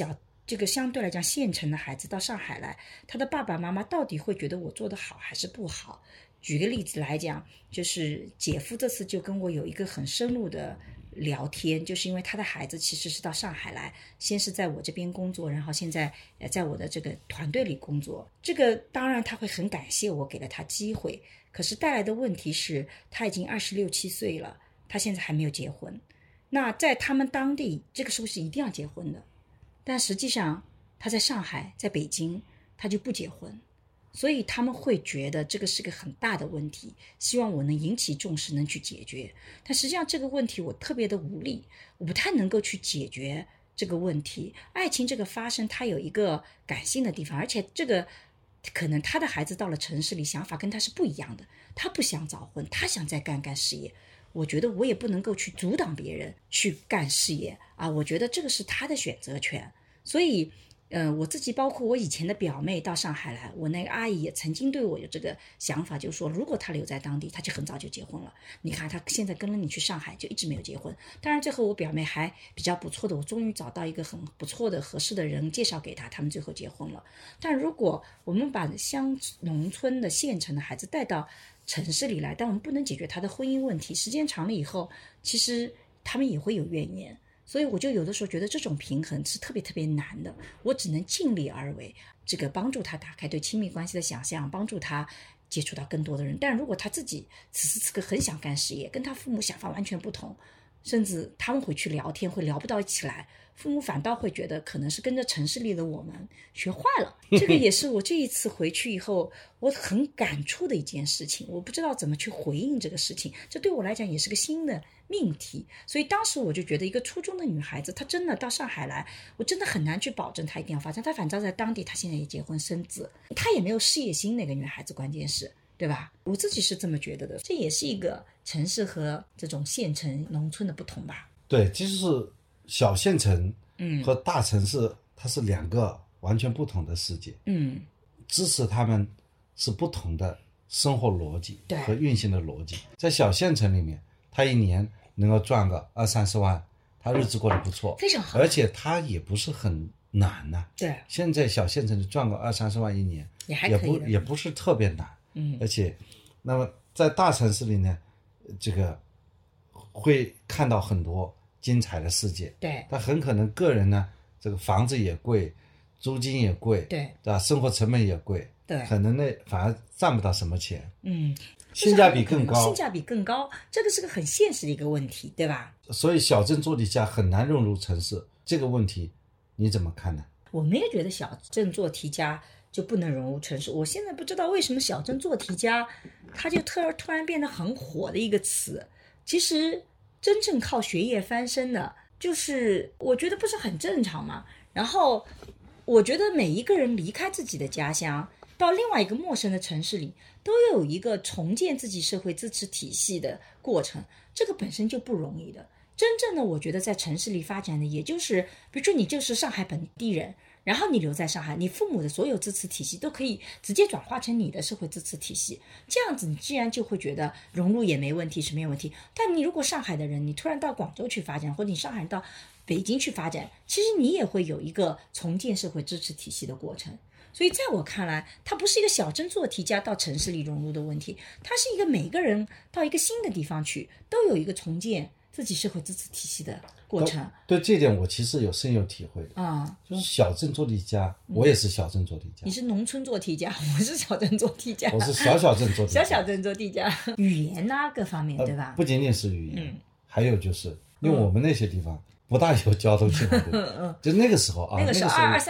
这个相对来讲县城的孩子到上海来，他的爸爸妈妈到底会觉得我做得好还是不好？举个例子来讲，就是姐夫这次就跟我有一个很深入的聊天，就是因为他的孩子其实是到上海来，先是在我这边工作，然后现在在我的这个团队里工作。这个当然他会很感谢我给了他机会，可是带来的问题是他已经26、27岁了，他现在还没有结婚。那在他们当地这个时候是一定要结婚的，但实际上他在上海在北京他就不结婚，所以他们会觉得这个是个很大的问题，希望我能引起重视，能去解决。但实际上这个问题我特别的无力，我不太能够去解决这个问题。爱情这个发生它有一个感性的地方，而且这个可能他的孩子到了城市里想法跟他是不一样的，他不想早婚，他想再干事业。我觉得我也不能够去阻挡别人去干事业啊，我觉得这个是他的选择权。所以我自己包括我以前的表妹到上海来，我那个阿姨也曾经对我有这个想法，就是说如果她留在当地，她就很早就结婚了。你看她现在跟了你去上海就一直没有结婚。当然最后我表妹还比较不错的，我终于找到一个很不错的合适的人介绍给她，他们最后结婚了。但如果我们把农村的县城的孩子带到城市里来，但我们不能解决他的婚姻问题，时间长了以后其实他们也会有怨言。所以我就有的时候觉得这种平衡是特别特别难的，我只能尽力而为，这个帮助他打开对亲密关系的想象，帮助他接触到更多的人。但如果他自己此时此刻很想干事业，跟他父母想法完全不同，甚至他们回去聊天会聊不到一起来，父母反倒会觉得可能是跟着城市里的我们学坏了。这个也是我这一次回去以后我很感触的一件事情，我不知道怎么去回应这个事情，这对我来讲也是个新的命题。所以当时我就觉得一个初中的女孩子，她真的到上海来，我真的很难去保证她一定要发展。她反正在当地，她现在也结婚生子，她也没有事业心，那个女孩子关键是对吧？我自己是这么觉得的，这也是一个城市和这种县城农村的不同吧。 对，其实是小县城和大城市它是两个完全不同的世界。支持他们是不同的生活逻辑和运行的逻辑。在小县城里面，他一年能够赚个20-30万，他日子过得不错， 非常好， 而且他也不是很难呐。 对， 现在小县城赚个20-30万一年也还可以的， 也不是特别难。而且那么在大城市里呢，这个会看到很多精彩的世界。 对， 他很可能个人呢，这个房子也贵，租金也贵， 对吧？生活成本也贵， 对， 可能呢反而赚不到什么钱。性价比更高， 这个是个很现实的一个问题，对吧？ 所以小镇做题家很难融入城市，这个问题你怎么看呢？ 我没有觉得小镇做题家就不能融入城市。我现在不知道为什么小镇做题家它就突然变得很火的一个词。其实真正靠学业翻身的，就是我觉得不是很正常嘛。然后我觉得每一个人离开自己的家乡到另外一个陌生的城市里，都有一个重建自己社会支持体系的过程，这个本身就不容易的。真正的我觉得在城市里发展的，也就是比如说你就是上海本地人，然后你留在上海，你父母的所有支持体系都可以直接转化成你的社会支持体系，这样子你既然就会觉得融入也没问题，是没有问题。但你如果上海的人，你突然到广州去发展，或者你上海人到北京去发展，其实你也会有一个重建社会支持体系的过程。所以在我看来，它不是一个小镇做题家到城市里融入的问题，它是一个每个人到一个新的地方去都有一个重建自己社会支持体系的过程。 对这点我其实有深有体会的就是小镇做题家，我也是小镇做题家。 你是农村做题家，我是小镇做题家。 我是小镇做题家。 小镇做题家，语言啊各方面对吧？ 不仅仅是语言，还有就是因为我们那些地方不大有交通信号灯，就那个时候啊， 那个时候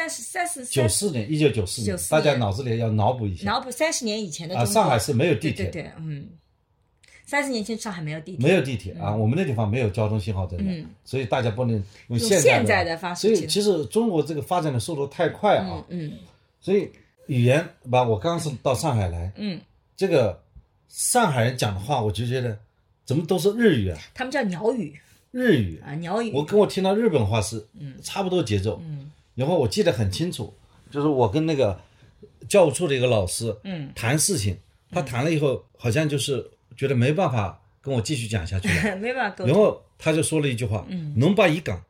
1994年，大家脑子里要脑补一下， 脑补30年以前的中国上海是没有地铁， 对，30年前上海没有地铁， 我们那地方没有交通信号灯的，所以大家不能用现在的方式。 所以其实中国这个发展的速度太快啊，所以语言吧，我刚是到上海来，这个上海人讲的话，我就觉得怎么都是日语啊， 他们叫鸟语。 日语啊，鸟语， 我听到日本话是差不多节奏，然后我记得很清楚，就是我跟那个教务处的一个老师谈事情，他谈了以后好像就是觉得没办法跟我继续讲下去了没办法， 然后他就说了一句话，侬把伊讲，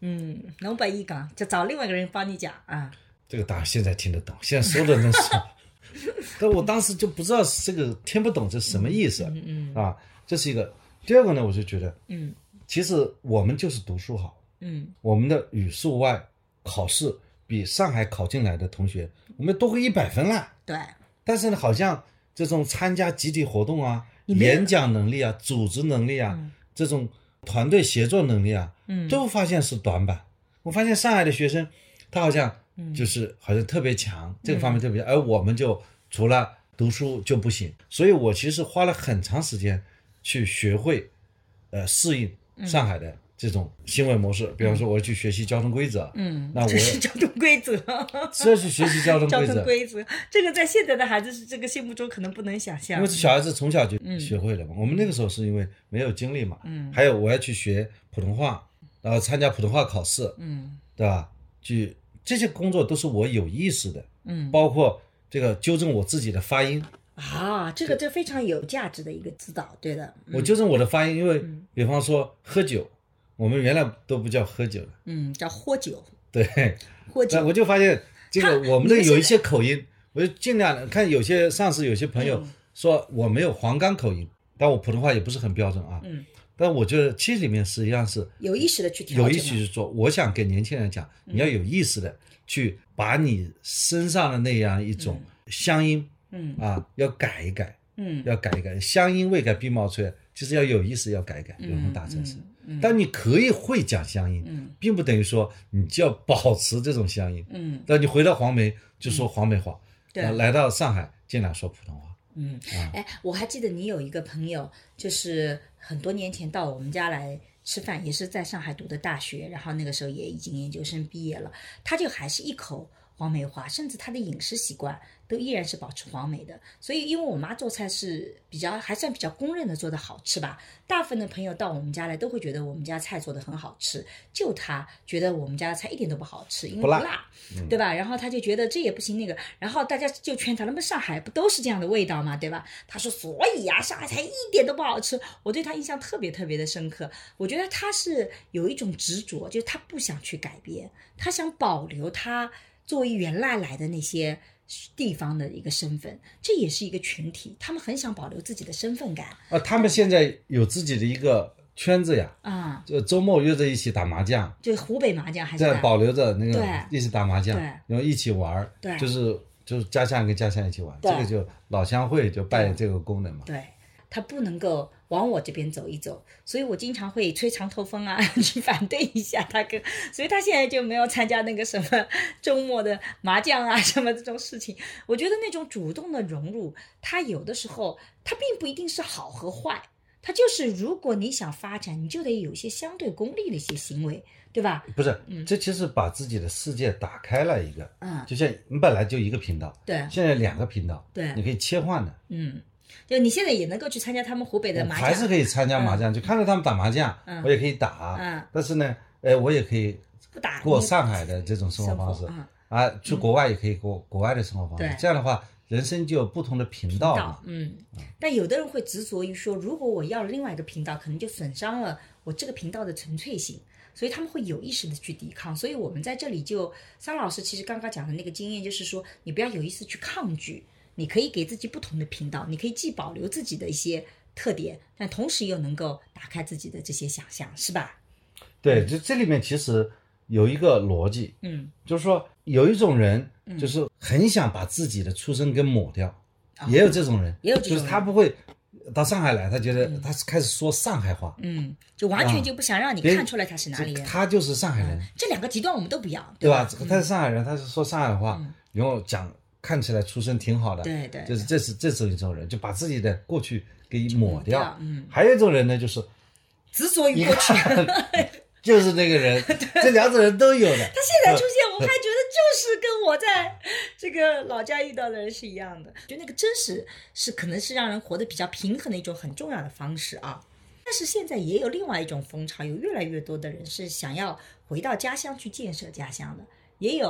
侬把伊讲，就找另外一个人帮你讲啊。 这个当然现在听得懂，现在说的那少，但我当时就不知道这个听不懂这什么意思啊，这是一个。第二个呢，我就觉得其实我们就是读书好，我们的语数外考试比上海考进来的同学我们多个100分了， 对。 但是呢，好像这种参加集体活动啊、演讲能力啊、组织能力啊、这种团队协作能力啊，都发现是短板。我发现上海的学生他好像就是好像特别强，这个方面特别强，而我们就除了读书就不行。所以我其实花了很长时间去学会适应上海的这种行为模式，比方说我要去学习交通规则，那我这是交通规则， 是要去学习交通规则， 这个在现在的孩子是这个心目中可能不能想象， 因为小孩子从小就学会了嘛。我们那个时候是因为没有精力嘛，还有我要去学普通话，然后参加普通话考试，对吧？去这些工作都是我有意识的，包括这个纠正我自己的发音。 这非常有价值的一个指导，对的。 我纠正我的发音，因为比方说喝酒，我们原来都不叫喝酒的， 叫喝酒。 对， 喝酒。 我就发现这个我们的有一些口音，我就尽量的看。有些上次有些朋友说我没有黄冈口音，但我普通话也不是很标准啊。但我觉得其实里面实际上是有意识的去调整，有意识去做。我想给年轻人讲，你要有意识的去把你身上的那样一种乡音，要改一改，要改一改。乡音未改鬓毛衰，其实要有意识，要改一改，永恒大城市。但你可以会讲乡音，并不等于说你就要保持这种乡音。但你回到黄梅就说黄梅话，来到上海尽量说普通话。 我还记得你有一个朋友，就是很多年前到我们家来吃饭，也是在上海读的大学，然后那个时候也已经研究生毕业了，他就还是一口黄梅话，甚至他的饮食习惯都依然是保持黄梅的。所以因为我妈做菜是还算比较公认的做的好吃吧，大部分的朋友到我们家来都会觉得我们家菜做的很好吃，就他觉得我们家的菜一点都不好吃，因为不辣，对吧？然后他就觉得这也不行那个，然后大家就劝他，那么上海不都是这样的味道吗？对吧？他说所以上海菜一点都不好吃。我对他印象特别特别的深刻，我觉得他是有一种执着，就是他不想去改变，他想保留他作为原来的那些地方的一个身份，这也是一个群体，他们很想保留自己的身份感。 他们现在有自己的一个圈子呀，就周末约着一起打麻将， 就湖北麻将还是在保留着那个一起打麻将，然后一起玩，就是家乡跟家乡一起玩，这个就老乡会就扮演这个功能嘛。 对，他不能够往我这边走一走，所以我经常会吹长头风去反对一下他所以他现在就没有参加那个什么周末的麻将什么这种事情。我觉得那种主动的融入，他有的时候他并不一定是好和坏，他就是如果你想发展，你就得有一些相对功利的一些行为，对吧？ 不是，这其实把自己的世界打开了一个，就像你本来就一个频道， 对， 现在2个频道， 对， 你可以切换的， 就你现在也能够去参加他们湖北的麻将， 还是可以参加麻将，就看着他们打麻将，我也可以打，但是呢，我也可以不打过上海的这种生活方式去国外也可以过国外的生活方式，这样的话人生就有不同的频道嘛。 但有的人会执着于说，如果我要了另外一个频道，可能就损伤了我这个频道的纯粹性，所以他们会有意识的去抵抗。所以我们在这里桑老师其实刚刚讲的那个经验，就是说你不要有意识去抗拒，你可以给自己不同的频道，你可以既保留自己的一些特点，但同时又能够打开自己的这些想象，是吧？ 对，就这里面其实有一个逻辑，就是说有一种人就是很想把自己的出身给抹掉，也有这种人，就是他不会到上海来，他觉得他开始说上海话， 就完全就不想让你看出来他是哪里人， 他就是上海人。 这2个极端我们都不要， 对吧？他是上海人，他是说上海话，然后讲看起来出身挺好的， 对对， 就是这是一种人，就把自己的过去给抹掉。还有一种人呢，就是执着于过去。 就是那个人，这2种人都有的。 他现在出现，我还觉得就是跟我在这个老家遇到的人是一样的。就那个真实是可能是让人活得比较平衡的一种很重要的方式啊。但是现在也有另外一种风潮，有越来越多的人是想要回到家乡去建设家乡的，也有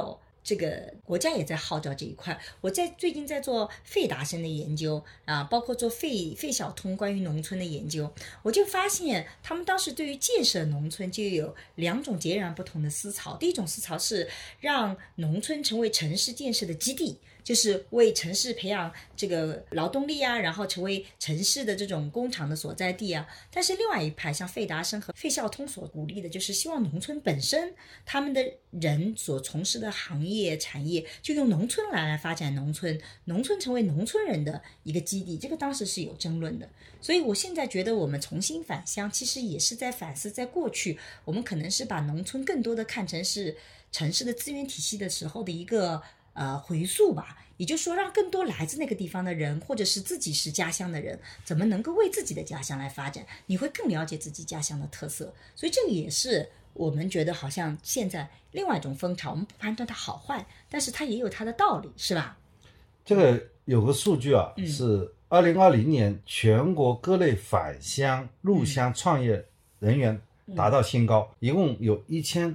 这个国家也在号召这一块。我最近在做费达生的研究啊，包括做费小通关于农村的研究，我就发现他们当时对于建设农村就有2种截然不同的思潮。第一种思潮是让农村成为城市建设的基地，就是为城市培养这个劳动力啊，然后成为城市的这种工厂的所在地啊。但是另外一派像费达生和费孝通所鼓励的，就是希望农村本身他们的人所从事的行业产业，就用农村来发展农村，农村成为农村人的一个基地。这个当时是有争论的。所以我现在觉得我们重新返乡，其实也是在反思，在过去我们可能是把农村更多的看成是城市的资源体系的时候的一个回溯吧，也就是说让更多来自那个地方的人，或者是自己是家乡的人，怎么能够为自己的家乡来发展，你会更了解自己家乡的特色。所以这个也是我们觉得好像现在另外一种风潮，我们不判断它好坏，但是它也有它的道理，是吧？ 这个有个数据啊，是2020年全国各类返乡入乡创业人员达到新高，一共有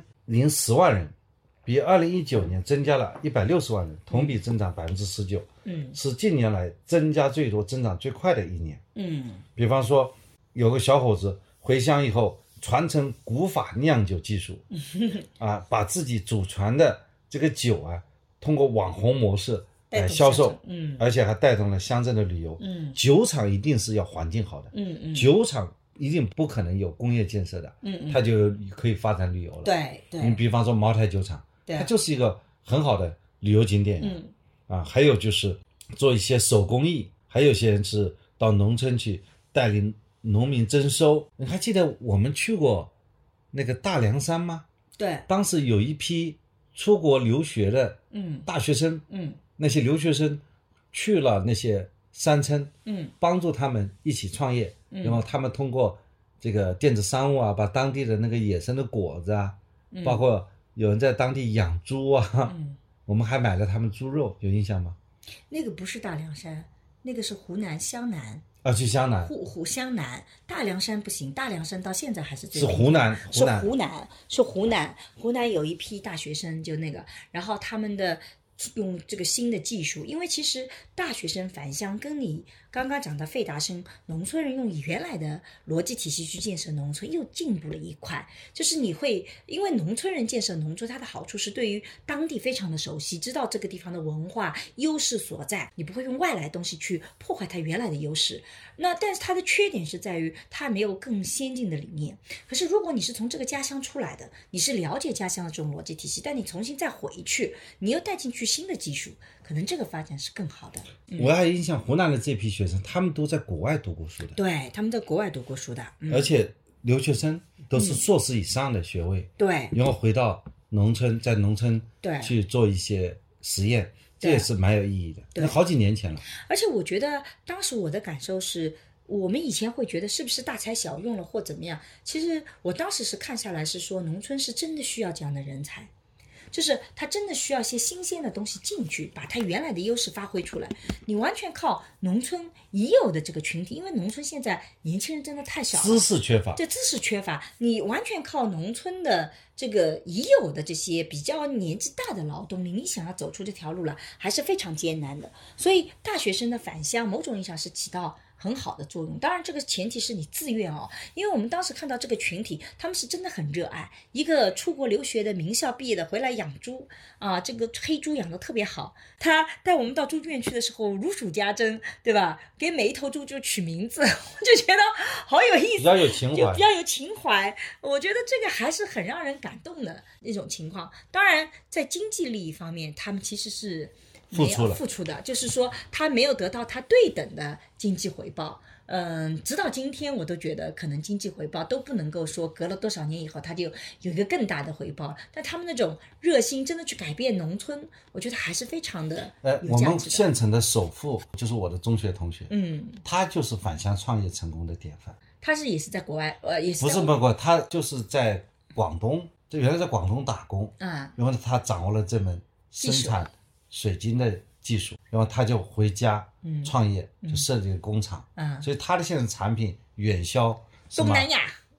1010万人，比2019年增加了160万人，同比增长19%，是近年来增加最多、增长最快的一年。比方说有个小伙子回乡以后，传承古法酿酒技术，把自己祖传的这个酒啊，通过网红模式来销售，而且还带动了乡镇的旅游。酒厂一定是要环境好的，酒厂一定不可能有工业建设的，它就可以发展旅游了。 对， 你比方说茅台酒厂，它就是一个很好的旅游景点。还有就是做一些手工艺，还有些人是到农村去带领农民征收。你还记得我们去过那个大凉山吗？ 对， 当时有一批出国留学的大学生，那些留学生去了那些山村，帮助他们一起创业，然后他们通过这个电子商务啊，把当地的那个野生的果子啊，包括有人在当地养猪啊，我们还买了他们猪肉，有印象吗？ 那个不是大凉山，那个是湖南湘南。 去湘南， 湘南，大凉山不行，大凉山到现在还是最是湖南， 是湖南有一批大学生就那个，然后他们的用这个新的技术，因为其实大学生返乡跟你刚刚讲的费达生农村人用原来的逻辑体系去建设农村又进步了一块，就是你会因为农村人建设农村，它的好处是对于当地非常的熟悉，知道这个地方的文化优势所在，你不会用外来东西去破坏它原来的优势。那但是它的缺点是在于它没有更先进的理念。可是如果你是从这个家乡出来的，你是了解家乡的这种逻辑体系，但你重新再回去，你又带进去新的技术，可能这个发展是更好的。 我还有印象，湖南的这批学生他们都在国外读过书的。 对，他们在国外读过书的， 而且留学生都是硕士以上的学位， 对， 然后回到农村，在农村去做一些实验，这也是蛮有意义的。那好几年前了。 而且我觉得当时我的感受是，我们以前会觉得是不是大材小用了或怎么样，其实我当时是看下来是说，农村是真的需要这样的人才，就是他真的需要一些新鲜的东西进去，把他原来的优势发挥出来。你完全靠农村已有的这个群体，因为农村现在年轻人真的太少了， 知识缺乏，你完全靠农村的这个已有的这些比较年纪大的劳动力，你想要走出这条路了，还是非常艰难的。所以大学生的返乡，某种意义上是起到很好的作用，当然这个前提是你自愿哦，因为我们当时看到这个群体，他们是真的很热爱。一个出国留学的名校毕业的回来养猪啊，这个黑猪养得特别好，他带我们到猪圈去的时候如数家珍，对吧？给每一头猪就取名字，我就觉得好有意思， 比较有情怀。我觉得这个还是很让人感动的那种情况。当然在经济利益方面，他们其实是付出的，就是说他没有得到他对等的经济回报。直到今天我都觉得可能经济回报都不能够说隔了多少年以后他就有一个更大的回报，但他们那种热心真的去改变农村，我觉得还是非常的有价值的。 我们县城的首富就是我的中学同学，他就是返乡创业成功的典范。 他也是在国外，也是不是他就是在广东，就原来在广东打工，然后他掌握了这门生产水晶的技术，然后他就回家创业，就设立了工厂，所以他的现在产品远销东南亚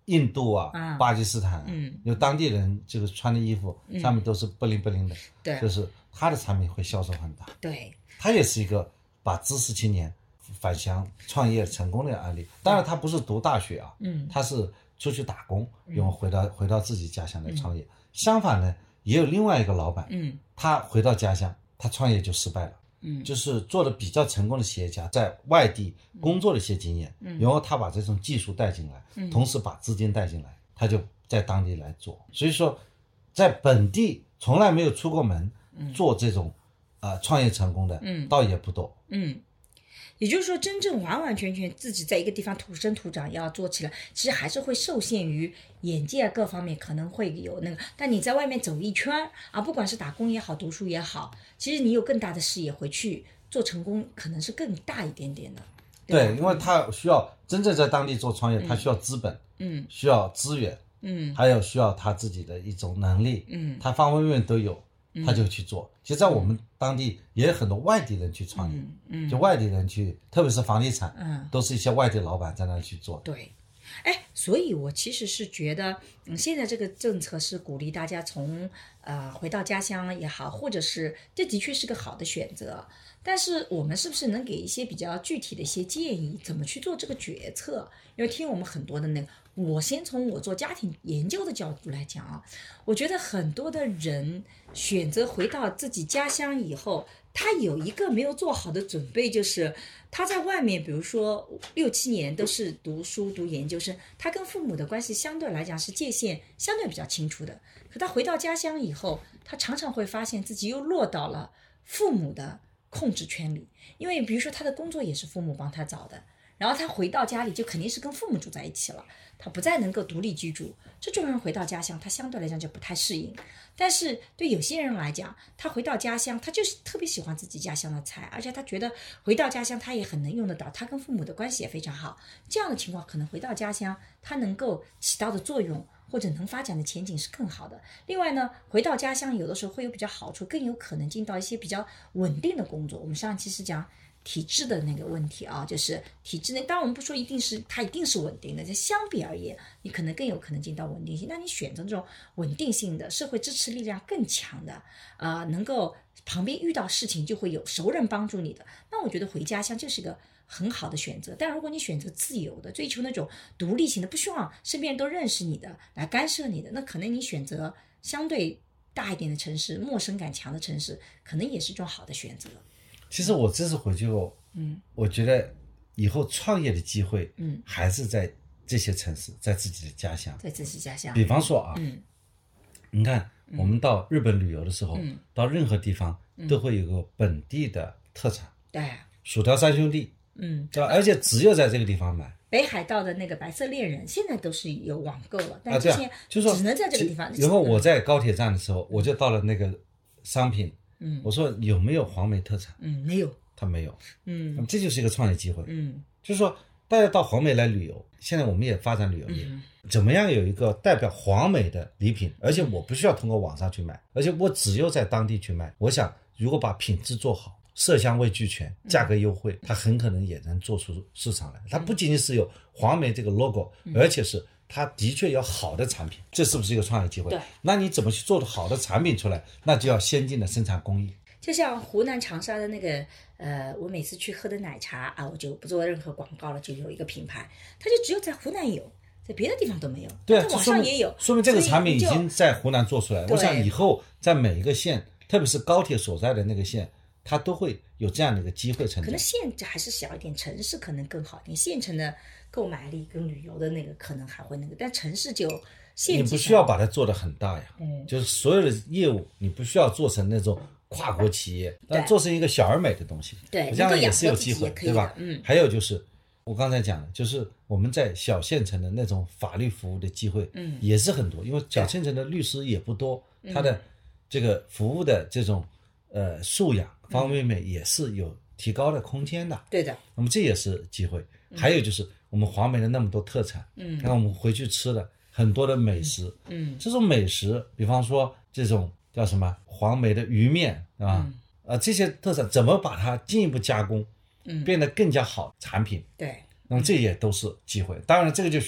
印度啊、巴基斯坦有当地人这个穿的衣服上面都是不灵不灵的， 对， 就是他的产品会销售很大。 对， 他也是一个把知识青年返乡创业成功的案例。当然他不是读大学啊，他是出去打工，然后回到自己家乡来创业。相反呢，也有另外一个老板，他回到家乡，他创业就失败了。就是做的比较成功的企业家，在外地工作的一些经验，然后他把这种技术带进来，同时把资金带进来，他就在当地来做。所以说，在本地从来没有出过门做这种创业成功的，倒也不多。 也就是说，真正完完全全自己在一个地方土生土长要做起来，其实还是会受限于眼界各方面，可能会有那个。但你在外面走一圈啊，不管是打工也好，读书也好，其实你有更大的视野，回去做成功可能是更大一点点的。 对，因为他需要真正在当地做创业，他需要资本，需要资源，还有需要他自己的一种能力，他方方面面都有。他就去做。其实在我们当地也有很多外地人去创业，就外地人去，特别是房地产，都是一些外地老板在那去做。 对，所以我其实是觉得，现在这个政策是鼓励大家从回到家乡也好，或者是这的确是个好的选择。但是我们是不是能给一些比较具体的一些建议，怎么去做这个决策？因为听我们很多的那个，我先从我做家庭研究的角度来讲啊，我觉得很多的人选择回到自己家乡以后，他有一个没有做好的准备，就是他在外面，比如说6、7年都是读书读研究生，他跟父母的关系相对来讲是界限相对比较清楚的。可他回到家乡以后，他常常会发现自己又落到了父母的控制圈里，因为比如说他的工作也是父母帮他找的，然后他回到家里就肯定是跟父母住在一起了，他不再能够独立居住，这种人回到家乡他相对来讲就不太适应。但是对有些人来讲，他回到家乡他就是特别喜欢自己家乡的菜，而且他觉得回到家乡他也很能用得到，他跟父母的关系也非常好，这样的情况可能回到家乡他能够起到的作用或者能发展的前景是更好的。另外呢，回到家乡有的时候会有比较好处，更有可能进到一些比较稳定的工作。我们上期是讲体制的那个问题啊，就是体制内，当然我们不说它一定是稳定的，就相比而言，你可能更有可能进到稳定性。那你选择这种稳定性的、社会支持力量更强的，能够旁边遇到事情就会有熟人帮助你的，那我觉得回家乡就是一个很好的选择。但如果你选择自由的，追求那种独立性的，不希望身边人都认识你的，来干涉你的，那可能你选择相对大一点的城市，陌生感强的城市，可能也是一种好的选择。 其实我这次回去后，我觉得以后创业的机会，还是在这些城市，在自己的家乡， 在自己家乡。 比方说啊，你看我们到日本旅游的时候，到任何地方都会有个本地的特产， 对， 薯条三兄弟，对吧？而且只有在这个地方买。 北海道的那个白色恋人现在都是有网购了，但之前只能在这个地方。 然后我在高铁站的时候，我就到了那个商品，我说有没有黄梅特产？ 没有， 他没有。那么这就是一个创业机会。就是说大家到黄梅来旅游，现在我们也发展旅游业，怎么样有一个代表黄梅的礼品，而且我不需要通过网上去买，而且我只有在当地去卖。我想如果把品质做好，色香味俱全，价格优惠，它很可能也能做出市场来。它不仅仅是有黄梅这个 logo，而且是它的确有好的产品，这是不是一个创业机会？ 对， 那你怎么去做好的产品出来？那就要先进的生产工艺。 就像湖南长沙的那个我每次去喝的奶茶啊，我就不做任何广告了，就有一个品牌，它就只有在湖南有，在别的地方都没有。 对啊， 网上也有， 说明这个产品已经在湖南做出来。我想以后在每一个县，特别是高铁所在的那个县，它都会有这样的一个机会成长。 可能县还是小一点，城市可能更好一点。县城的购买力跟旅游的那个可能还会那个，但城市就你不需要把它做得很大呀。就是所有的业务你不需要做成那种跨国企业，但做成一个小而美的东西， 对， 这样也是有机会，对吧？还有就是我刚才讲的，就是我们在小县城的那种法律服务的机会，也是很多，因为小县城的律师也不多，他的这个服务的这种素养方方面面也是有提高的空间的。 对的， 那么这也是机会。还有就是我们黄梅的那么多特产，让我们回去吃的很多的美食，这种美食，比方说这种叫什么黄梅的鱼面啊，这些特产怎么把它进一步加工，变得更加好产品？ 对， 那么这也都是机会。当然，这个就需要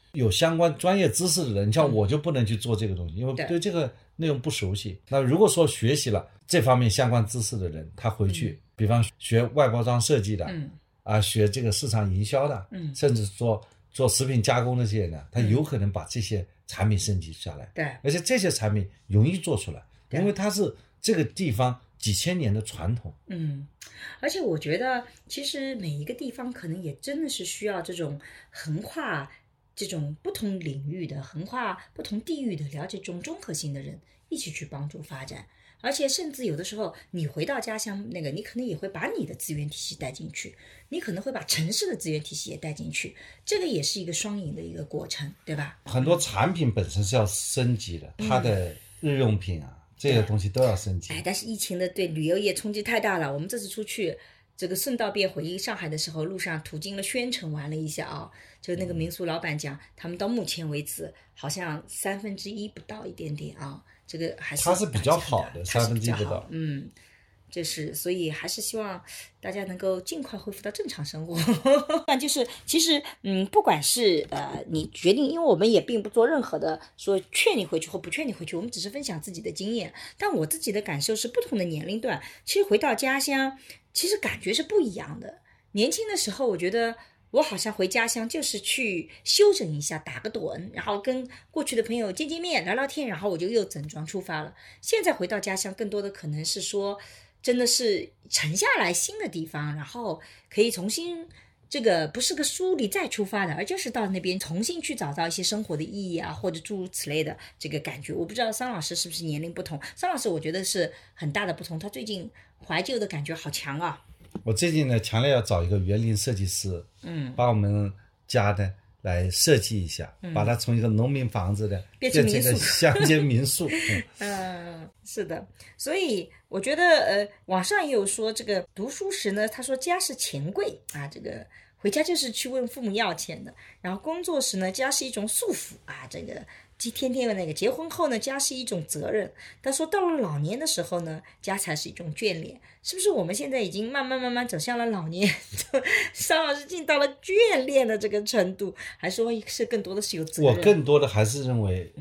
有相关专业知识的人，像我就不能去做这个东西，因为对这个内容不熟悉。那如果说学习了这方面相关知识的人，他回去比方学外包装设计的学这个市场营销的甚至做食品加工的这些人，他有可能把这些产品升级下来。 对， 而且这些产品容易做出来，因为它是这个地方几千年的传统。 而且我觉得其实每一个地方可能也真的是需要这种横跨这种不同领域的、横跨不同地域的、了解这种综合性的人一起去帮助发展。而且甚至有的时候你回到家乡你可能也会把你的资源体系带进去，你可能会把城市的资源体系也带进去，这个也是一个双赢的一个过程，对吧？很多产品本身是要升级的，它的日用品这些东西都要升级。 但是疫情的对旅游业冲击太大了。我们这次出去这个顺道便回上海的时候，路上途经了宣城玩了一下就那个民宿老板讲，他们到目前为止好像1/3不到一点点这个还是它是比较好的1/3不到。 所以还是希望大家能够尽快恢复到正常生活。就是其实不管是你决定，因为我们也并不做任何的说劝你回去或不劝你回去，我们只是分享自己的经验。但我自己的感受是，不同的年龄段其实回到家乡其实感觉是不一样的。年轻的时候我觉得我好像回家乡就是去休整一下，打个盹，然后跟过去的朋友见见面聊聊天，然后我就又整装出发了。现在回到家乡更多的可能是说真的是沉下来新的地方，然后可以重新这个不是个梳理再出发的，而就是到那边重新去找到一些生活的意义或者诸如此类的这个感觉。我不知道桑老师是不是年龄不同，桑老师我觉得是很大的不同，他最近怀旧的感觉好强我最近呢强烈要找一个园林设计师把我们家的来设计一下，把它从一个农民房子的变成一个乡间民宿。 是的，所以我觉得网上也有说这个读书时呢，他说家是钱柜这个回家就是去问父母要钱的，然后工作时呢家是一种束缚这个天天那个结婚后呢家是一种责任，他说到了老年的时候呢家才是一种眷恋。是不是我们现在已经慢慢走向了老年，桑老师进到了眷恋的这个程度，还说是更多的是有责任？ 我更多的还是认为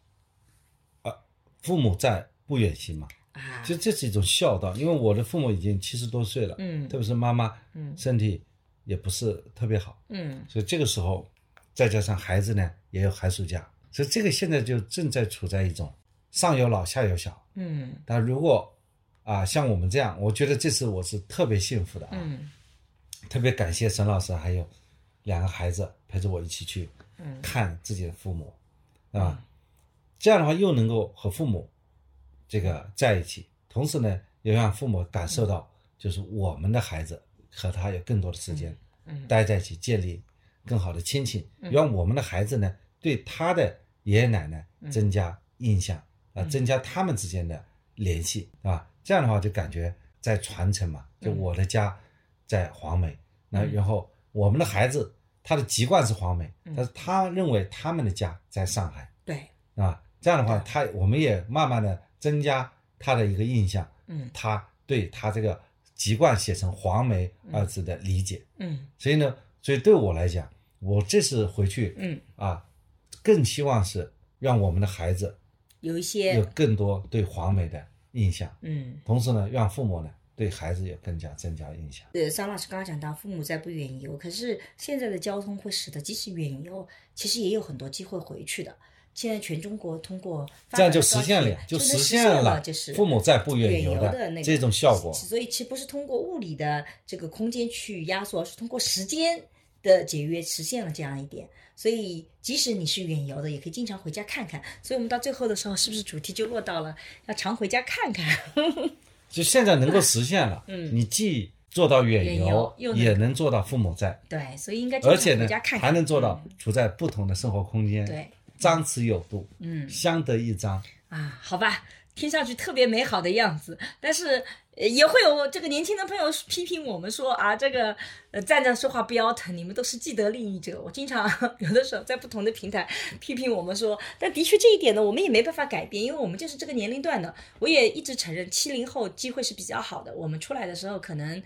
父母在不远行嘛其实这是一种孝道。因为我的父母已经70多岁了特别是妈妈身体也不是特别好所以这个时候再加上孩子呢也有寒暑假，所以这个现在就正在处在一种上有老下有小但如果像我们这样，我觉得这次我是特别幸福的特别感谢沈老师还有2个孩子陪着我一起去看自己的父母这样的话又能够和父母这个在一起，同时呢也让父母感受到就是我们的孩子和他有更多的时间待在一起，建立更好的亲情让我们的孩子呢对他的爷爷奶奶增加印象增加他们之间的联系这样的话就感觉在传承嘛，就我的家在黄梅然后我们的孩子他的籍贯是黄梅但是他认为他们的家在上海对这样的话我们也慢慢的增加他的一个印象他对他这个籍贯写成黄梅2字的理解所以对我来讲，我这次回去更希望是让我们的孩子有更多对黄梅的印象同时呢让父母呢对孩子也更加增加印象。 桑老师刚刚讲到父母在不远游，可是现在的交通会使得即使远游其实也有很多机会回去的。现在全中国通过这样就实现了，就是父母在不远游的这种效果。 所以其实不是通过物理的这个空间去压缩，而是通过时间的节约实现了这样一点。所以即使你是远游的，也可以经常回家看看。所以我们到最后的时候，是不是主题就落到了要常回家看看？ 就现在能够实现了，你既做到远游也能做到父母在， 对，所以应该经常回家看看， 而且呢还能做到处在不同的生活空间， 对， 张弛有度，相得益彰好吧，听上去特别美好的样子，但是也会有这个年轻的朋友批评我们说这个站着说话不腰疼，你们都是既得利益者。我经常有的时候在不同的平台批评我们说，但的确这一点呢我们也没办法改变，因为我们就是这个年龄段的。我也一直承认70后机会是比较好的，我们出来的时候可能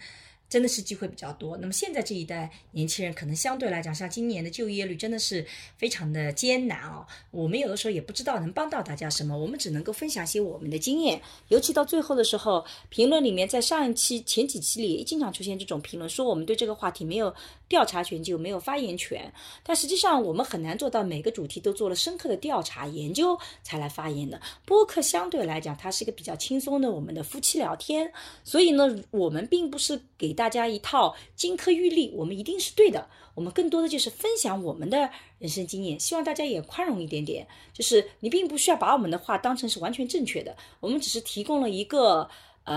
真的是机会比较多。那么现在这一代年轻人可能相对来讲，像今年的就业率真的是非常的艰难哦。我们有的时候也不知道能帮到大家什么，我们只能够分享一些我们的经验。尤其到最后的时候，评论里面在上一期前几期里也经常出现这种评论，说我们对这个话题没有调查权，就没有发言权。但实际上我们很难做到每个主题都做了深刻的调查研究才来发言的。播客相对来讲它是一个比较轻松的我们的夫妻聊天，所以呢我们并不是给大家一套金科玉律，我们一定是对的，我们更多的就是分享我们的人生经验，希望大家也宽容一点点，就是你并不需要把我们的话当成是完全正确的，我们只是提供了一个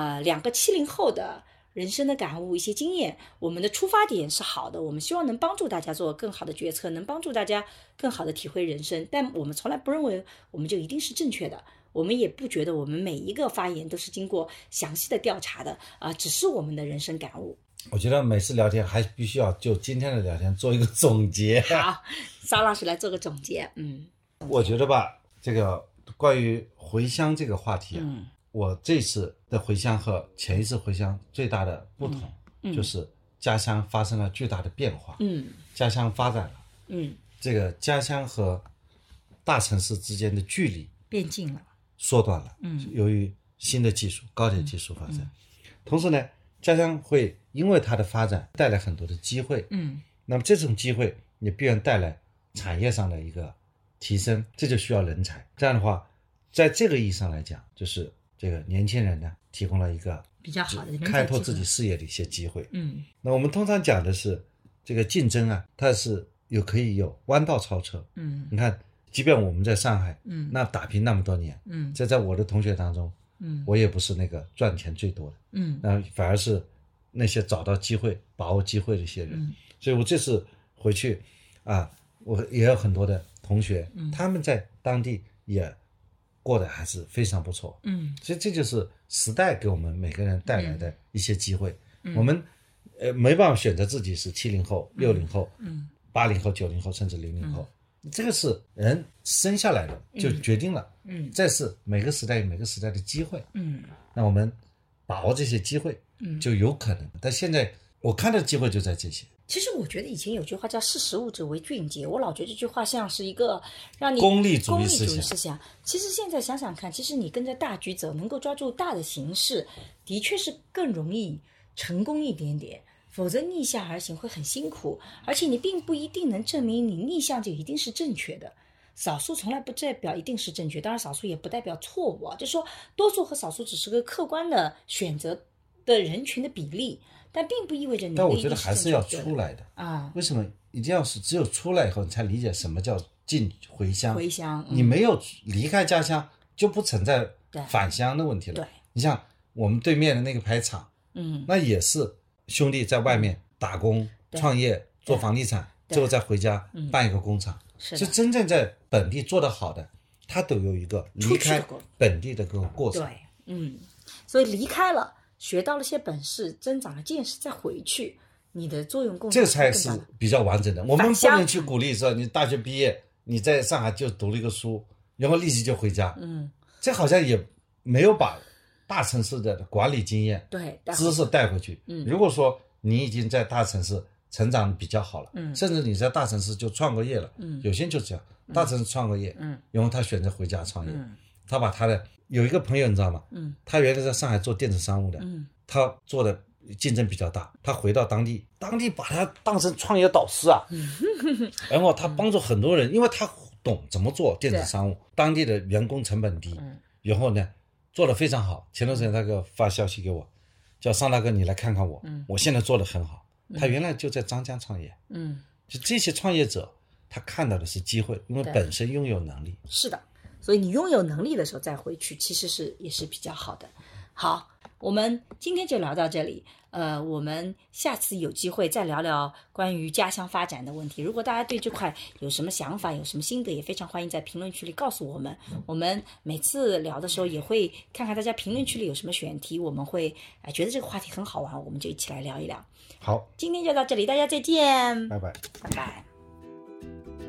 2个70后的人生的感悟，一些经验，我们的出发点是好的，我们希望能帮助大家做更好的决策，能帮助大家更好的体会人生，但我们从来不认为我们就一定是正确的，我们也不觉得我们每一个发言都是经过详细的调查的只是我们的人生感悟。 我觉得每次聊天还必须要就今天的聊天做一个总结。 好，沙老师来做个总结。 我觉得吧，这个关于回乡这个话题我这次的回乡和前一次回乡最大的不同就是家乡发生了巨大的变化，家乡发展了，这个家乡和大城市之间的距离变近了， 缩短了，由于新的技术，高铁技术发展，同时呢，家乡会因为它的发展带来很多的机会，那么这种机会也必然带来产业上的一个提升，这就需要人才。这样的话，在这个意义上来讲，就是这个年轻人呢提供了一个比较好的开拓自己事业的一些机会。那我们通常讲的是这个竞争啊，它是可以有弯道超车。你看，即便我们在上海，那打拼那么多年，这在我的同学当中，我也不是那个赚钱最多的，那反而是那些找到机会、把握机会的一些人。所以我这次回去我也有很多的同学，他们在当地也过得还是非常不错。所以这就是时代给我们每个人带来的一些机会。我们没办法选择自己是70后、60后、80后、90后甚至00后，这个是人生下来的就决定了。这是每个时代有每个时代的机会。那我们把握这些机会就有可能。但现在我看到的机会就在这些。 其实我觉得以前有句话叫识时务者为俊杰，我老觉得这句话像是一个让你功利主义思想。其实现在想想看，其实你跟着大局走，能够抓住大的形势，的确是更容易成功一点点，否则逆向而行会很辛苦，而且你并不一定能证明你逆向就一定是正确的。少数从来不代表一定是正确，当然少数也不代表错误就是说多数和少数只是个客观的选择的人群的比例，但并不意味着你但我觉得还是要出来的为什么一定要是只有出来以后你才理解什么叫回乡？你没有离开家乡就不存在返乡的问题了。对，你像我们对面的那个排厂，那也是兄弟在外面打工创业做房地产，最后再回家办一个工厂。是真正在本地做得好的，他都有一个离开本地的个过程。 对，所以离开了，学到了些本事，增长了见识，再回去，你的作用更大。 这才是比较完整的。我们不能去鼓励说你大学毕业，你在上海就读了一个书，然后立即就回家。这好像也没有把大城市的管理经验、知识带回去。如果说你已经在大城市成长比较好了，甚至你在大城市就创过业了，有些人就这样，大城市创过业，然后他选择回家创业，他把他的有一个朋友你知道吗？他原来在上海做电子商务的，他做的竞争比较大，他回到当地把他当成创业导师然后他帮助很多人，因为他懂怎么做电子商务，当地的员工成本低，然后呢做得非常好。前段时间他给我发消息给我，叫尚大哥你来看看我，我现在做得很好。他原来就在张江创业，就这些创业者他看到的是机会，因为本身拥有能力。 是的，所以你拥有能力的时候再回去，其实也是比较好的。好，我们今天就聊到这里。我们下次有机会再聊聊关于家乡发展的问题。如果大家对这块有什么想法，有什么心得，也非常欢迎在评论区里告诉我们。我们每次聊的时候也会看看大家评论区里有什么选题，我们会觉得这个话题很好玩，我们就一起来聊一聊。 好， 今天就到这里，大家再见， 拜拜， 拜拜。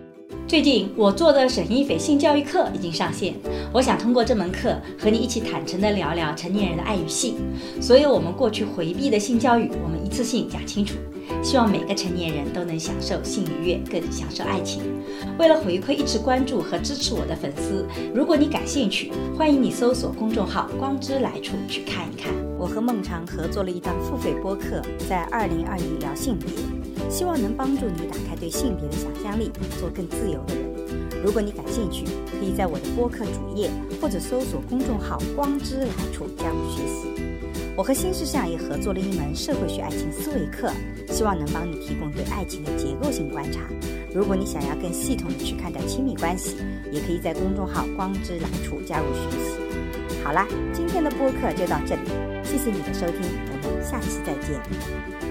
最近我做的沈一斐性教育课已经上线，我想通过这门课和你一起坦诚地聊聊成年人的爱与性，所有我们过去回避的性教育，我们一次性讲清楚。希望每个成年人都能享受性愉悦，更享受爱情。为了回馈一直关注和支持我的粉丝，如果你感兴趣，欢迎你搜索公众号光之来处去看一看。 我和孟常合作了一档付费播客，在2021聊性别，希望能帮助你打开对性别的想象力，做更自由的人。如果你感兴趣，可以在我的播客主页或者搜索公众号光之来处加入学习。我和新事项也合作了一门社会学爱情思维课，希望能帮你提供对爱情的结构性观察。如果你想要更系统的去看待亲密关系，也可以在公众号光之来处加入学习。好啦，今天的播客就到这里，谢谢你的收听，我们下期再见。